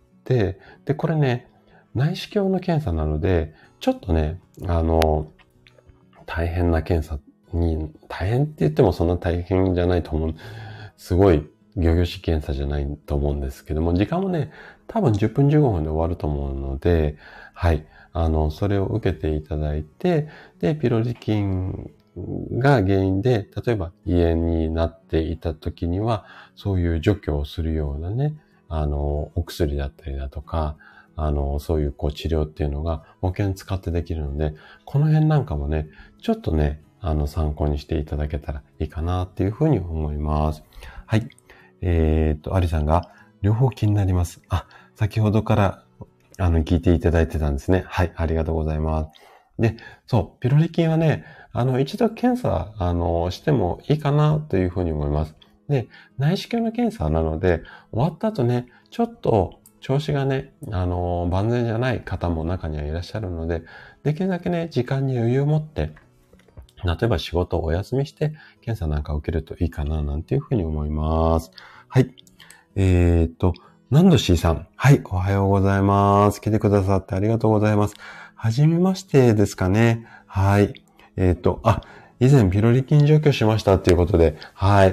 で、これね、内視鏡の検査なので、ちょっとね、大変な検査に、大変って言ってもそんな大変じゃないと思う。すごい、仰々しい検査じゃないと思うんですけども、時間もね、多分10分15分で終わると思うので、はい。それを受けていただいて、で、ピロリ菌が原因で、例えば胃炎になっていた時には、そういう除去をするようなね、お薬だったりだとか、そういう治療っていうのが保険使ってできるので、この辺なんかもね、ちょっとね、参考にしていただけたらいいかなっていうふうに思います。はい。アリさんが、両方気になります。先ほどから、聞いていただいてたんですね。はい、ありがとうございます。で、そう、ピロリ菌はね、一度検査、してもいいかなというふうに思います。で、内視鏡の検査なので、終わった後ね、ちょっと調子がね、万全じゃない方も中にはいらっしゃるので、できるだけね、時間に余裕を持って、例えば仕事をお休みして、検査なんかを受けるといいかな、なんていうふうに思います。はい。ナンドシーさん。はい、おはようございます。来てくださってありがとうございます。はじめましてですかね。はい。以前ピロリ菌除去しましたっていうことで、はい。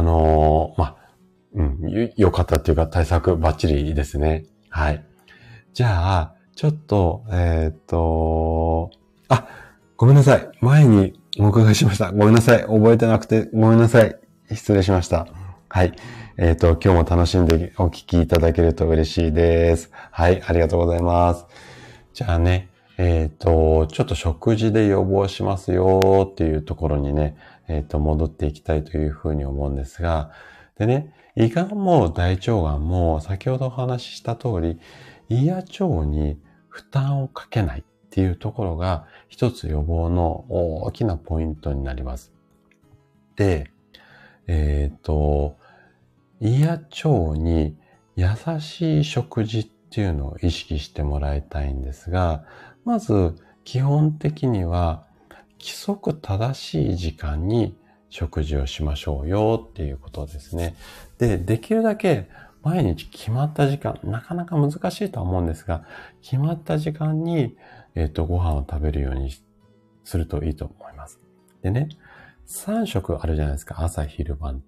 よかったっていうか対策バッチリですね。はい。じゃあ、ちょっと、ごめんなさい。前にお伺いしました。ごめんなさい。覚えてなくてごめんなさい。失礼しました。はい。今日も楽しんでお聞きいただけると嬉しいです。はい。ありがとうございます。じゃあね、ちょっと食事で予防しますよっていうところにね、戻っていきたいというふうに思うんですが、でね、胃がんも大腸がんも先ほどお話しした通り、胃や腸に負担をかけないっていうところが一つ予防の大きなポイントになります。で、胃や腸に優しい食事っていうのを意識してもらいたいんですが、まず基本的には規則正しい時間に食事をしましょうよっていうことですね。で、できるだけ毎日決まった時間、なかなか難しいとは思うんですが、決まった時間に、ご飯を食べるようにするといいと思います。でね、3食あるじゃないですか、朝、昼、晩って。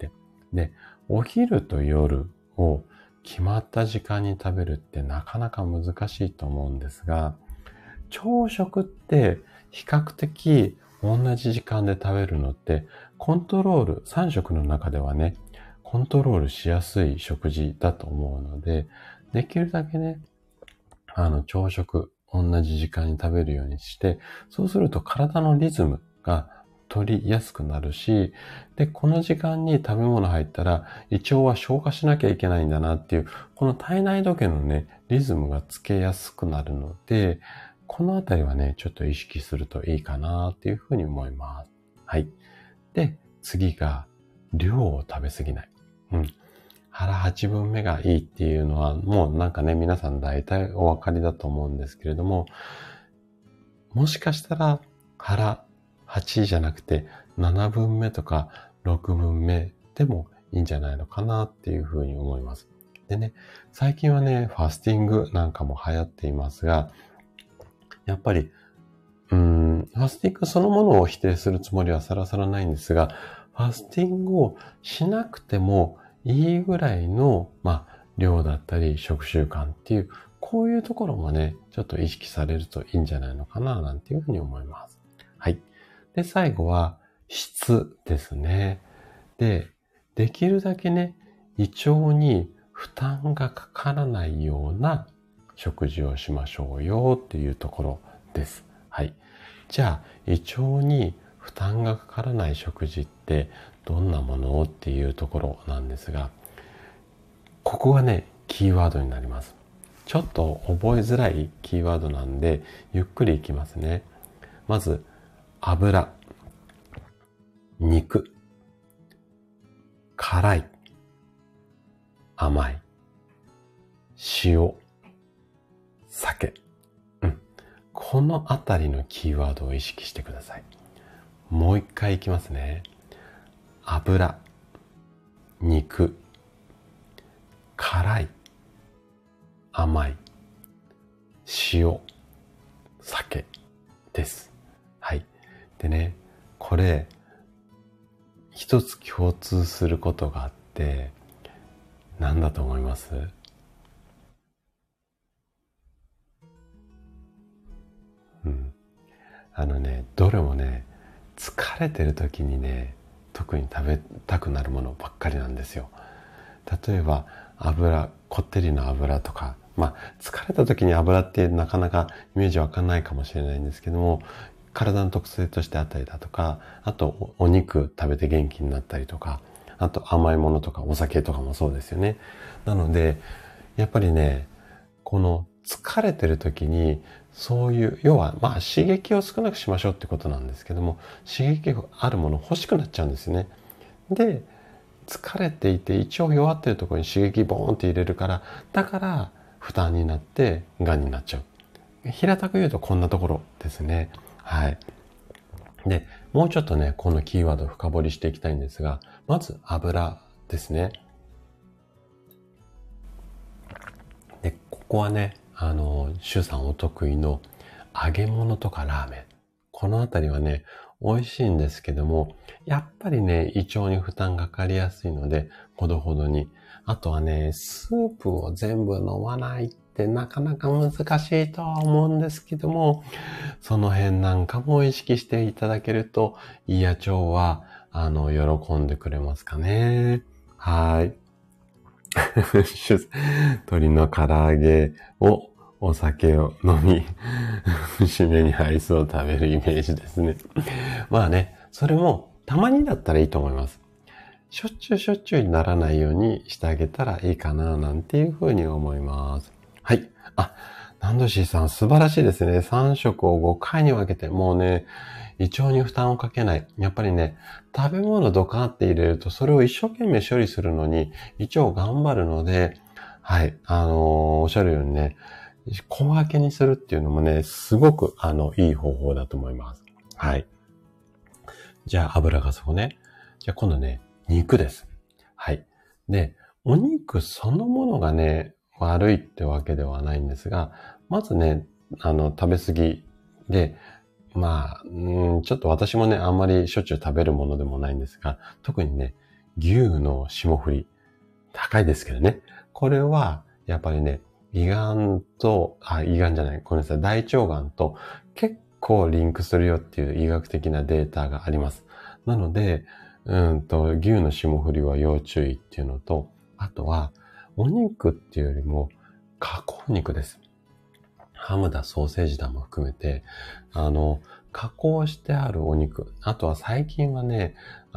で、お昼と夜を決まった時間に食べるってなかなか難しいと思うんですが、朝食って比較的同じ時間で食べるのってコントロール、3食の中ではね、コントロールしやすい食事だと思うので、できるだけね、朝食同じ時間に食べるようにして、そうすると体のリズムが取りやすくなるし、で、この時間に食べ物入ったら胃腸は消化しなきゃいけないんだなっていう、この体内時計のね、リズムがつけやすくなるので、このあたりはね、ちょっと意識するといいかなっていうふうに思います。はい。で、次が、量を食べ過ぎない。腹8分目がいいっていうのは、もうなんかね、皆さん大体お分かりだと思うんですけれども、もしかしたら腹8じゃなくて7分目とか6分目でもいいんじゃないのかなっていうふうに思います。でね、最近はね、ファスティングなんかも流行っていますが、やっぱり、ファスティングそのものを否定するつもりはさらさらないんですが、ファスティングをしなくてもいいぐらいの、量だったり食習慣っていう、こういうところもね、ちょっと意識されるといいんじゃないのかな、なんていうふうに思います。はい。で、最後は、質ですね。で、できるだけね、胃腸に負担がかからないような食事をしましょうよっていうところです。はい。じゃあ、胃腸に負担がかからない食事ってどんなものっていうところなんですが、ここがね、キーワードになります。ちょっと覚えづらいキーワードなんで、ゆっくりいきますね。まず、油、肉、辛い、甘い、塩、酒。このあたりのキーワードを意識してください。もう一回いきますね。油、肉、辛い、甘い、塩、酒です。はい。でね、これ、一つ共通することがあって、何だと思います？どれもね、疲れてる時にね、特に食べたくなるものばっかりなんですよ。例えば、こってりの油とか、疲れた時に油ってなかなかイメージわかんないかもしれないんですけども、体の特性としてあったりだとか、あとお肉食べて元気になったりとか、あと甘いものとかお酒とかもそうですよね。なので、やっぱりね、この疲れてる時に、そういう、要は刺激を少なくしましょうってことなんですけども、刺激があるもの欲しくなっちゃうんですね。で、疲れていて胃腸弱ってるところに刺激ボーンって入れるから、だから負担になって癌になっちゃう。平たく言うとこんなところですね。はい。で、もうちょっとね、このキーワードを深掘りしていきたいんですが、まず油ですね。で、ここはね、シュウさんお得意の揚げ物とかラーメン。このあたりはね、美味しいんですけども、やっぱりね、胃腸に負担がかかりやすいので、ほどほどに。あとはね、スープを全部飲まないってなかなか難しいとは思うんですけども、その辺なんかも意識していただけると、胃や腸は、喜んでくれますかね。はい。鶏の唐揚げをお酒を飲み、締めにアイスを食べるイメージですね。まあね、それもたまにだったらいいと思います。しょっちゅうにならないようにしてあげたらいいかな、なんていうふうに思います。はい。ナンドシーさん素晴らしいですね。3食を5回に分けて、もうね、胃腸に負担をかけない。やっぱりね、食べ物ドカーって入れると、それを一生懸命処理するのに、胃腸頑張るので、はい、おっしゃるようにね、小分けにするっていうのもね、すごく、いい方法だと思います。はい。じゃあ、油がそうね。じゃあ、今度ね、肉です。はい。で、お肉そのものがね、悪いってわけではないんですが、まずね、食べ過ぎで、ちょっと私もね、あんまりしょっちゅう食べるものでもないんですが、特にね、 牛の霜降り、高いですけどね。これは、やっぱりね、胃がんと、胃がんじゃない、ごめんなさい、大腸がんと結構リンクするよっていう医学的なデータがあります。なので、牛の霜降りは要注意っていうのと、あとは、お肉っていうよりも、加工肉です。ハムだ、ソーセージだも含めて、加工してあるお肉。あとは最近はね、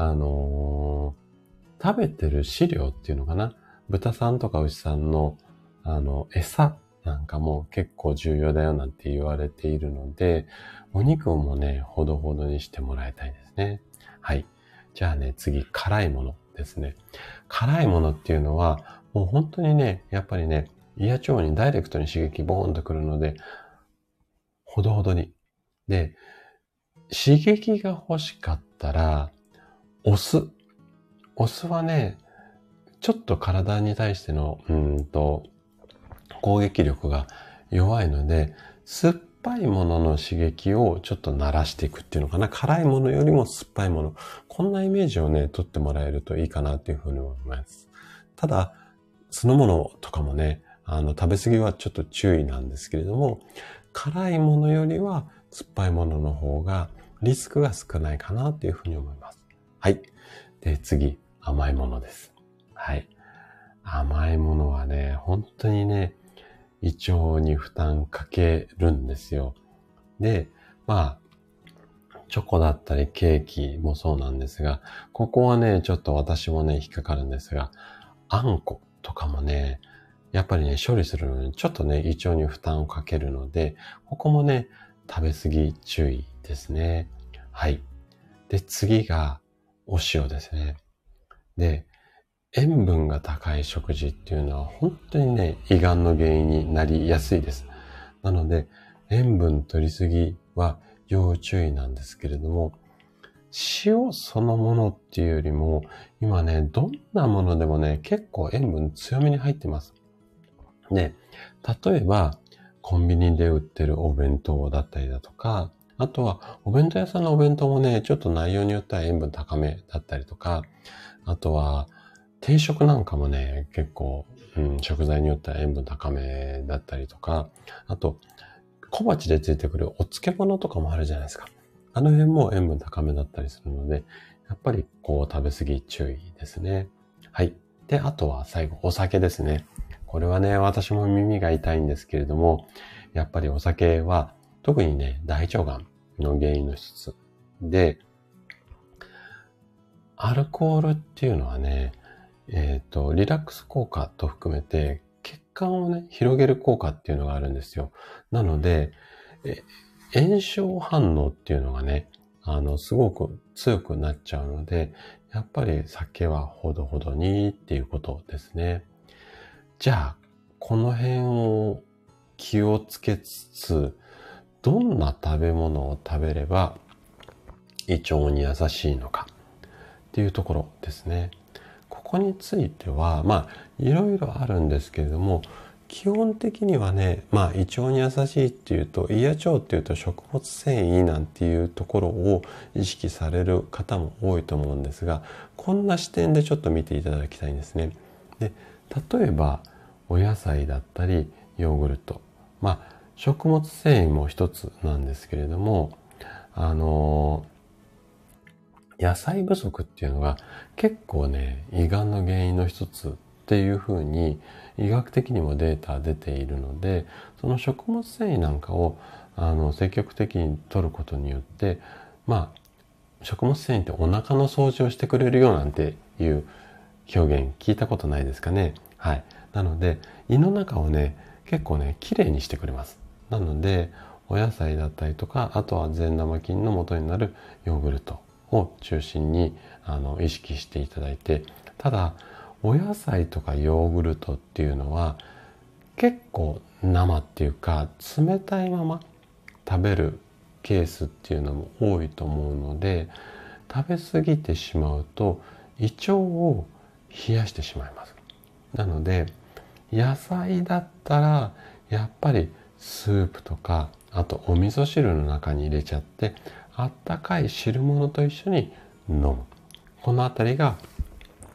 食べてる飼料っていうのかな。豚さんとか牛さんの、餌なんかも結構重要だよなんて言われているので、お肉もね、ほどほどにしてもらいたいですね。はい。じゃあね、次、辛いものですね。辛いものっていうのは、もう本当にね、やっぱりね、胃や腸にダイレクトに刺激ボーンとくるので、ほどほどに。で、刺激が欲しかったら、お酢。お酢はね、ちょっと体に対しての、攻撃力が弱いので、酸っぱいものの刺激をちょっと慣らしていくっていうのかな。辛いものよりも酸っぱいもの。こんなイメージをね、取ってもらえるといいかなっていうふうに思います。ただ、酢の物とかもね、食べ過ぎはちょっと注意なんですけれども、辛いものよりは酸っぱいものの方がリスクが少ないかなっていうふうに思います。はい。で、次、甘いものです。はい。甘いものはね、本当にね、胃腸に負担かけるんですよ。で、チョコだったりケーキもそうなんですが、ここはね、ちょっと私もね、引っかかるんですが、あんことかもね、やっぱりね、処理するのにちょっとね、胃腸に負担をかけるので、ここもね、食べ過ぎ注意ですね。はい。で、次が、お塩ですね。で、塩分が高い食事っていうのは本当にね、胃がんの原因になりやすいです。なので、塩分取りすぎは要注意なんですけれども、塩そのものっていうよりも、今ね、どんなものでもね、結構塩分強めに入ってます。で、例えば、コンビニで売ってるお弁当だったりだとか、あとは、お弁当屋さんのお弁当もね、ちょっと内容によっては塩分高めだったりとか、あとは、定食なんかもね、結構、食材によっては塩分高めだったりとか、あと、小鉢でついてくるお漬物とかもあるじゃないですか。あの辺も塩分高めだったりするので、やっぱりこう食べ過ぎ注意ですね。はい。で、あとは最後、お酒ですね。これはね、私も耳が痛いんですけれども、やっぱりお酒は特にね、大腸がんの原因の一つで、アルコールっていうのはね、リラックス効果と含めて、血管をね、広げる効果っていうのがあるんですよ。なので、炎症反応っていうのがね、すごく強くなっちゃうので、やっぱり酒はほどほどにっていうことですね。じゃあ、この辺を気をつけつつ、どんな食べ物を食べれば胃腸に優しいのかっていうところですね。ここについては、いろいろあるんですけれども、基本的にはね、胃腸に優しいっていうと、胃や腸っていうと食物繊維なんていうところを意識される方も多いと思うんですが、こんな視点でちょっと見ていただきたいんですね。で、例えば、お野菜だったり、ヨーグルト。食物繊維も一つなんですけれども、野菜不足っていうのが結構ね、胃がんの原因の一つっていうふうに医学的にもデータ出ているので、その食物繊維なんかを積極的に摂ることによって、食物繊維ってお腹の掃除をしてくれるよなんていう表現聞いたことないですかね。はい。なので、胃の中をね、結構ね、きれいにしてくれます。なので、お野菜だったりとか、あとは善玉菌の元になるヨーグルトを中心に意識していただいて、ただお野菜とかヨーグルトっていうのは結構生っていうか冷たいまま食べるケースっていうのも多いと思うので、食べ過ぎてしまうと胃腸を冷やしてしまいます。なので野菜だったらやっぱりスープとか、あとお味噌汁の中に入れちゃってあったかい汁物と一緒に飲む。このあたりが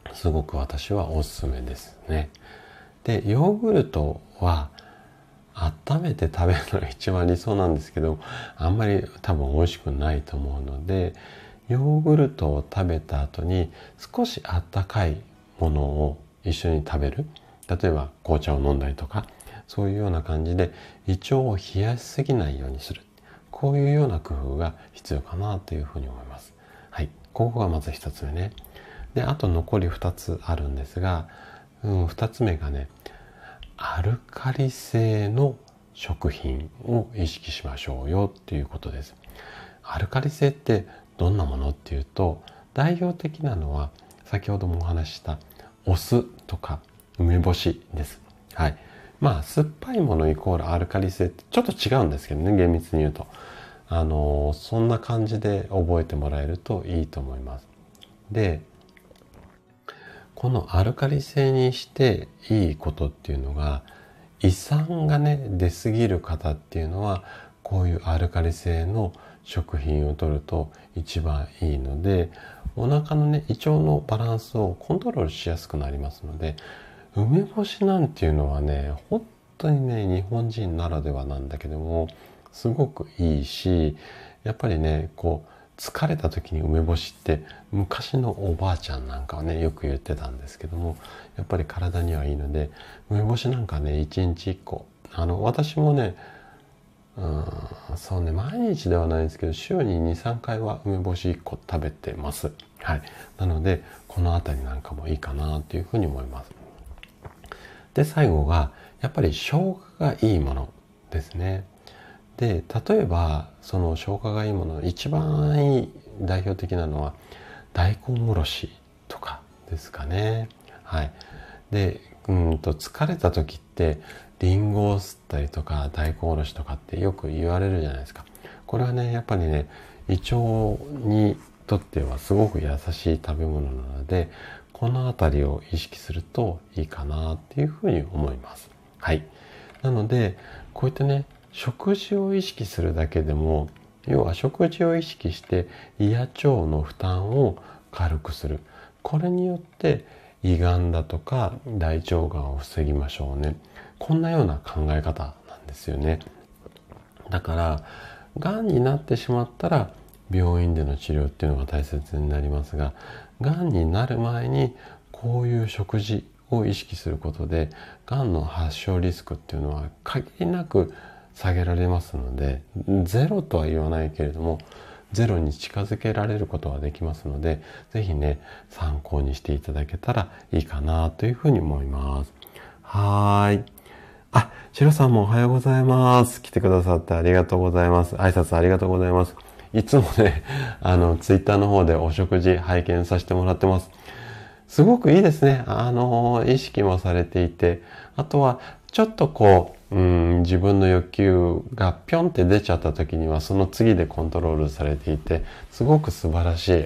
すごく私はおすすめですね。で、ヨーグルトは温めて食べるのが一番理想なんですけど、あんまり多分美味しくないと思うので、ヨーグルトを食べた後に少しあったかいものを一緒に食べる。例えば紅茶を飲んだりとか、そういうような感じで胃腸を冷やしすぎないようにする。こういうような工夫が必要かなというふうに思います。はい。ここがまず一つ目ね。で、あと残り二つあるんですが、二つ目がね、アルカリ性の食品を意識しましょうよっていうことです。アルカリ性ってどんなものっていうと、代表的なのは先ほどもお話ししたお酢とか梅干しです。はい。まあ酸っぱいものイコールアルカリ性ってちょっと違うんですけどね、厳密に言うと。そんな感じで覚えてもらえるといいと思います。で、このアルカリ性にしていいことっていうのが、胃酸がね、出過ぎる方っていうのは、こういうアルカリ性の食品を摂ると一番いいので、お腹のね、胃腸のバランスをコントロールしやすくなりますので、梅干しなんていうのはね、本当にね、日本人ならではなんだけども、すごくいいし、やっぱりね、こう、疲れた時に梅干しって昔のおばあちゃんなんかはねよく言ってたんですけども、やっぱり体にはいいので、梅干しなんかね1日1個、私もね、そうね、毎日ではないですけど週に2、3回は梅干し1個食べてます。はい。なのでこのあたりなんかもいいかなというふうに思います。で、最後がやっぱり消化がいいものですね。で、例えばその消化がいいもの、一番いい代表的なのは大根おろしとかですかね。はい。で、疲れた時ってリンゴを吸ったりとか大根おろしとかってよく言われるじゃないですか。これはね、やっぱりね、胃腸にとってはすごく優しい食べ物なので、このあたりを意識するといいかなっていうふうに思います。はい。なので、こういったね、食事を意識するだけでも、要は食事を意識して胃や腸の負担を軽くする。これによって胃がんだとか大腸がんを防ぎましょうね。こんなような考え方なんですよね。だから、がんになってしまったら病院での治療っていうのが大切になりますが、がんになる前にこういう食事を意識することで、がんの発症リスクっていうのは限りなく下げられますので、ゼロとは言わないけれども、ゼロに近づけられることはできますので、ぜひね、参考にしていただけたらいいかなというふうに思います。はーい。あ、シロさんもおはようございます。来てくださってありがとうございます。挨拶ありがとうございます。いつもね、ツイッターの方でお食事拝見させてもらってます。すごくいいですね。意識もされていて、あとは、ちょっとこう、自分の欲求がぴょんって出ちゃった時には、その次でコントロールされていて、すごく素晴らしい、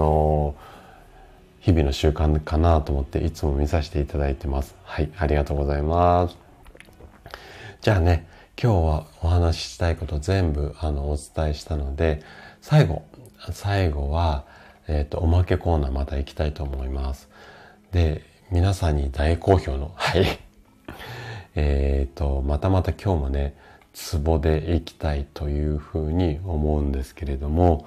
日々の習慣かなと思って、いつも見させていただいてます。はい、ありがとうございます。じゃあね、今日はお話ししたいこと全部、お伝えしたので、最後は、おまけコーナーまた行きたいと思います。で、皆さんに大好評の、はい。またまた今日もね、ツボで行きたいというふうに思うんですけれども、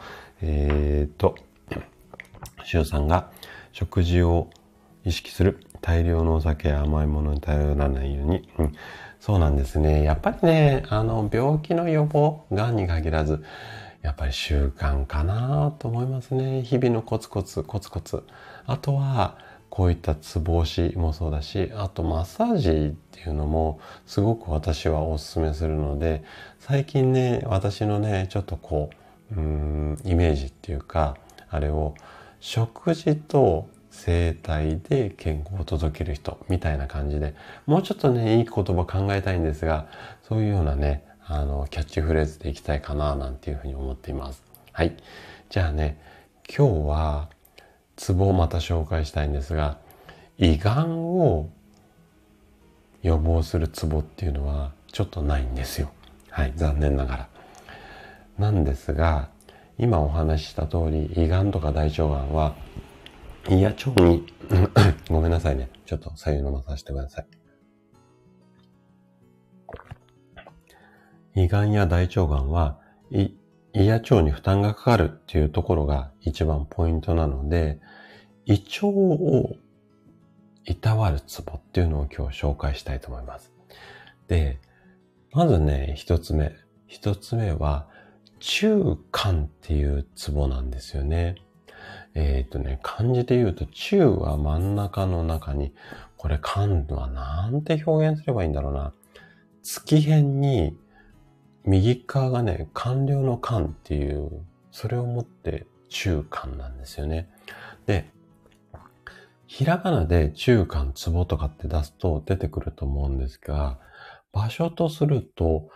しおさんが食事を意識する。大量のお酒や甘いものに頼らないように。そうなんですね。やっぱりね、病気の予防、がんに限らず、やっぱり習慣かなと思いますね。日々のコツコツ。あとは、こういったツボ押しもそうだし、あとマッサージっていうのもすごく私はお勧めするので、最近ね、私のね、ちょっとこう、イメージっていうか、あれを食事と生態で健康を届ける人みたいな感じで、もうちょっとね、いい言葉考えたいんですが、そういうようなね、キャッチフレーズでいきたいかな、なんていうふうに思っています。はい。じゃあね、今日は、ツボをまた紹介したいんですが、胃がんを予防するツボっていうのはちょっとないんですよ。はい、残念ながら。なんですが、今お話しした通り、胃がんとか大腸がんは胃や腸に、ごめんなさいね。ちょっと左右飲まさせてください。胃がんや大腸がんは、胃や腸に負担がかかるっていうところが一番ポイントなので、胃腸をいたわるツボっていうのを今日紹介したいと思います。で、まずね、一つ目は、中間っていうツボなんですよね。漢字で言うと、中は真ん中の中に、これ間はなんて表現すればいいんだろうな。月辺に、右側がね、官僚の官っていう、それをもって中間なんですよね。で、ひらがなで中間ツボとかって出すと出てくると思うんですが、場所とすると、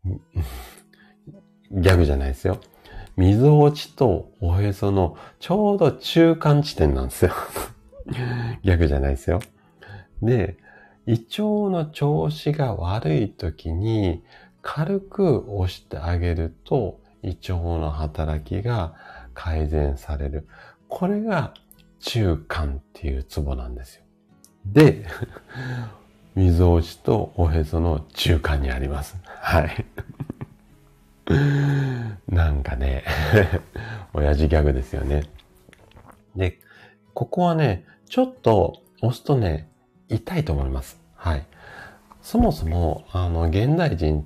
ギャグじゃないですよ。溝落ちとおへそのちょうど中間地点なんですよ。ギャグじゃないですよ。で、胃腸の調子が悪い時に軽く押してあげると胃腸の働きが改善される。これが中間っていうツボなんですよ。で、溝落ちとおへその中間にあります。はい。なんかね、親父ギャグですよね。で、ここはね、ちょっと押すとね、痛いと思います。はい。そもそも、現代人って、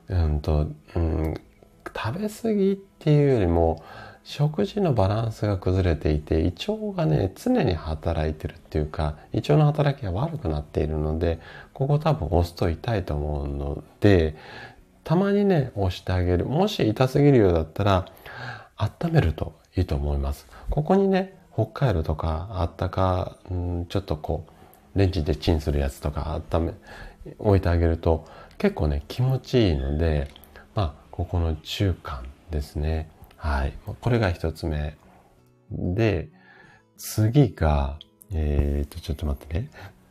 食べ過ぎっていうよりも、食事のバランスが崩れていて、胃腸がね、常に働いてるっていうか、胃腸の働きが悪くなっているので、ここ多分押すと痛いと思うので、たまにね、押してあげる。もし痛すぎるようだったら、温めるといいと思います。ここにね、北海道とかあったか、ちょっとこう、レンジでチンするやつとか置いてあげると結構ね、気持ちいいので、ここの中間ですね。はい。これが一つ目。で、次が、ちょっと待ってね。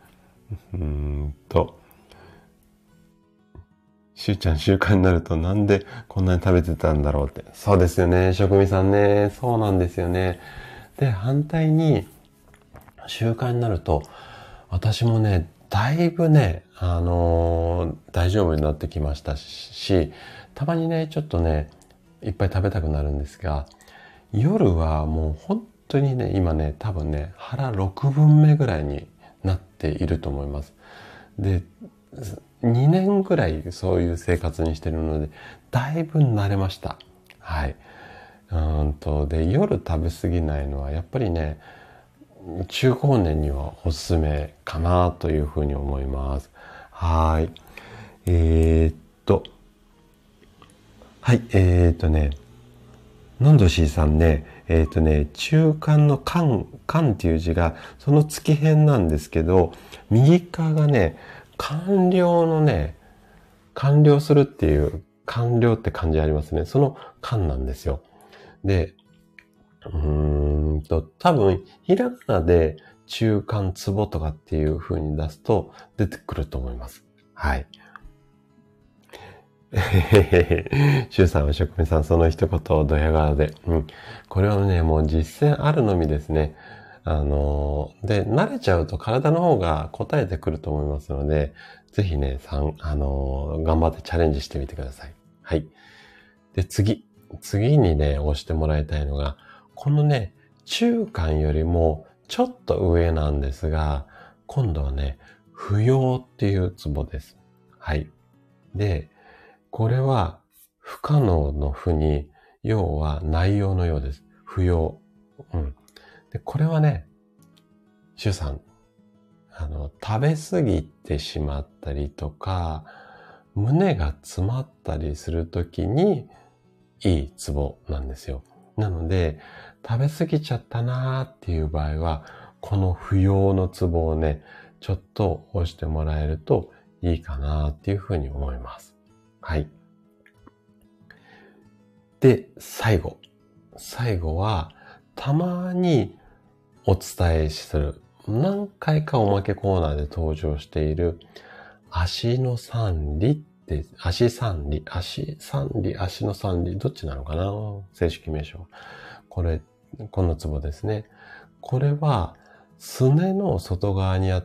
しゅうちゃん習慣になるとなんでこんなに食べてたんだろうって。そうですよね。職味さんね。そうなんですよね。で、反対に習慣になると、私もね、だいぶね、大丈夫になってきましたし、たまにね、ちょっとね、いっぱい食べたくなるんですが、夜はもう本当にね、今ね、多分ね、腹6分目ぐらいになっていると思います。で、2年ぐらいそういう生活にしてるので、だいぶ慣れました。はい。で、夜食べ過ぎないのは、やっぱりね、中高年にはおすすめかなというふうに思います。はい。えーっと、はい、のんどしーさんね、中間の間っていう字が、その月辺なんですけど、右側がね、完了のね、完了するっていう、完了って漢字ありますね。その間なんですよ。で、多分、ひらがなで中間ツボとかっていう風に出すと出てくると思います。はい。シュウさんは職人さん、その一言をドヤ顔で。これはね、もう実践あるのみですね。で、慣れちゃうと体の方が答えてくると思いますので、ぜひね、頑張ってチャレンジしてみてください。はい。で、次にね、押してもらいたいのが、このね、中間よりもちょっと上なんですが、今度はね、不要っていうツボです。はい。で、これは不可能の不に、要は内容のようです。不要。で、これはね、主さん、食べ過ぎてしまったりとか、胸が詰まったりするときにいいツボなんですよ。なので、食べ過ぎちゃったなーっていう場合は、この不要のツボをね、ちょっと押してもらえるといいかなっていうふうに思います。はい。で、最後は、たまにお伝えする。何回かおまけコーナーで登場している、足の三里って、足の三里、どっちなのかな正式名称。このツボですね。 これは、すねの外側にあって、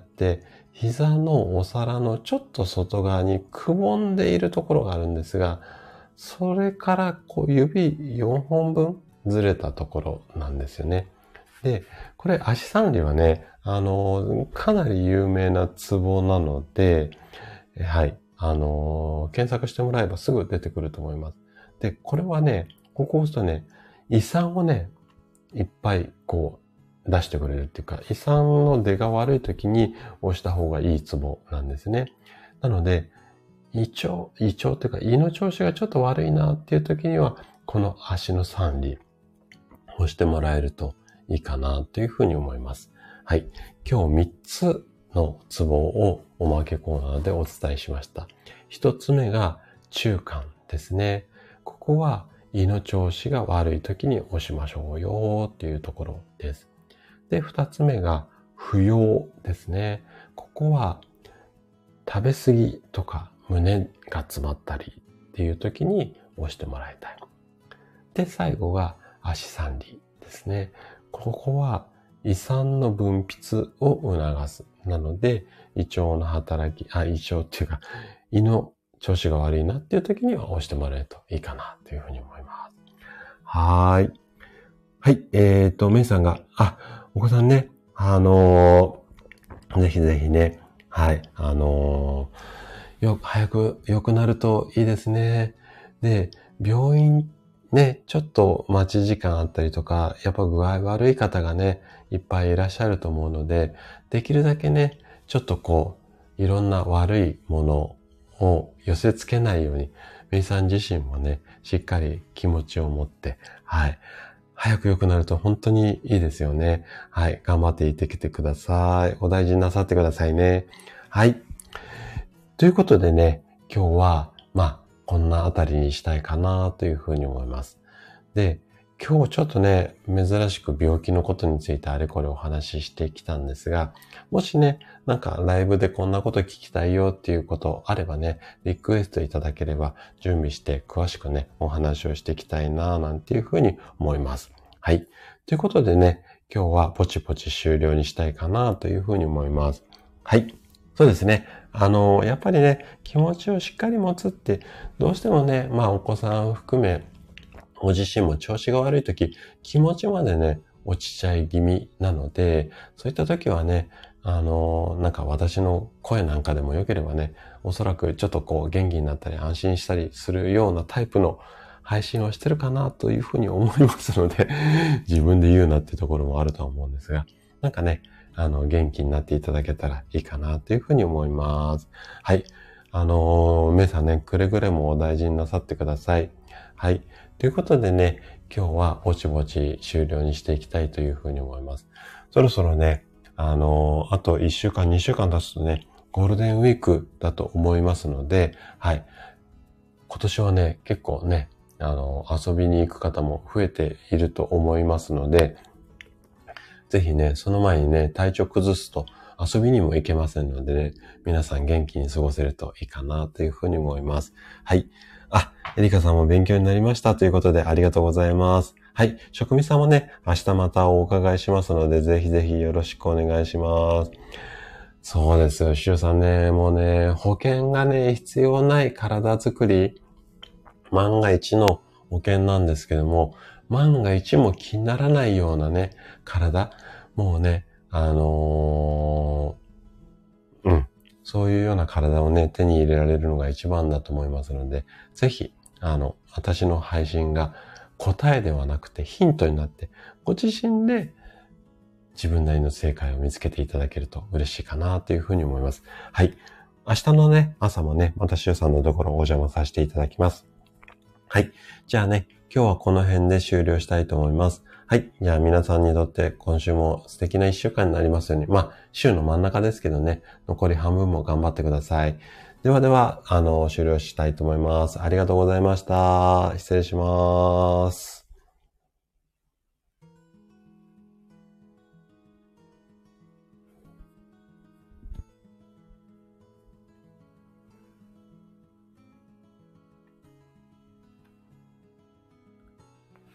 膝のお皿のちょっと外側にくぼんでいるところがあるんですが、それからこう指4本分ずれたところなんですよね。で、これ足三里はね、かなり有名なツボなので、はい、検索してもらえばすぐ出てくると思います。で、これはね、ここを押すとね、胃酸をね、いっぱいこう出してくれるっていうか、胃酸の出が悪い時に押した方がいいツボなんですね。なので、胃腸っていうか胃の調子がちょっと悪いなっていう時には、この足の三里押してもらえるといいかなというふうに思います。はい。今日3つのツボをおまけコーナーでお伝えしました。1つ目が中間ですね。ここは胃の調子が悪い時に押しましょうよっていうところです。で、2つ目が不要ですね。ここは食べ過ぎとか胸が詰まったりっていう時に押してもらいたい。で、最後が足三里ですね。ここは胃酸の分泌を促す。なので、胃腸の働き、胃腸っていうか、胃の調子が悪いなっていう時には押してもらえるといいかなというふうに思います。はい。はい。メイさんが、お子さんね、ぜひぜひね、はい、早く良くなるといいですね。で、病院ね、ちょっと待ち時間あったりとか、やっぱ具合悪い方がね、いっぱいいらっしゃると思うので、できるだけね、ちょっとこう、いろんな悪いものを寄せ付けないように、メイさん自身もね、しっかり気持ちを持って、はい。早く良くなると本当にいいですよね。はい。頑張っていってきてください。お大事になさってくださいね。はい。ということでね、今日は、こんなあたりにしたいかなというふうに思います。で、今日ちょっとね、珍しく病気のことについてあれこれお話ししてきたんですが、もしね、なんかライブでこんなこと聞きたいよっていうことあればね、リクエストいただければ準備して詳しくね、お話をしていきたいななんていうふうに思います。はい。ということでね、今日はポチポチ終了にしたいかなというふうに思います。はい。そうですね。やっぱりね、気持ちをしっかり持つって、どうしてもね、お子さんを含め、ご自身も調子が悪いとき、気持ちまでね、落ちちゃい気味なので、そういったときはね、なんか私の声なんかでも良ければね、おそらくちょっとこう元気になったり安心したりするようなタイプの配信をしてるかなというふうに思いますので、自分で言うなってところもあると思うんですが、なんかね、元気になっていただけたらいいかなというふうに思います。はい。皆さんね、くれぐれもお大事になさってください。はい。ということでね、今日はぼちぼち終了にしていきたいというふうに思います。そろそろね、あと1週間、2週間経つとね、ゴールデンウィークだと思いますので、はい。今年はね、結構ね、遊びに行く方も増えていると思いますので、ぜひね、その前にね、体調崩すと遊びにも行けませんのでね、皆さん元気に過ごせるといいかなというふうに思います。はい。エリカさんも勉強になりましたということでありがとうございます。はい。職味さんもね、明日またお伺いしますので、ぜひぜひよろしくお願いします。そうですよ、シュウさんね、もうね、保険がね、必要ない体づくり、万が一の保険なんですけども、万が一も気にならないようなね、体、もうね、そういうような体をね、手に入れられるのが一番だと思いますので、ぜひ、私の配信が答えではなくてヒントになって、ご自身で自分なりの正解を見つけていただけると嬉しいかなというふうに思います。はい。明日のね、朝もね、またしゅうさんのところお邪魔させていただきます。はい。じゃあね、今日はこの辺で終了したいと思います。はい。じゃあ皆さんにとって今週も素敵な一週間になりますように。週の真ん中ですけどね、残り半分も頑張ってください。ではでは、終了したいと思います。ありがとうございました。失礼します。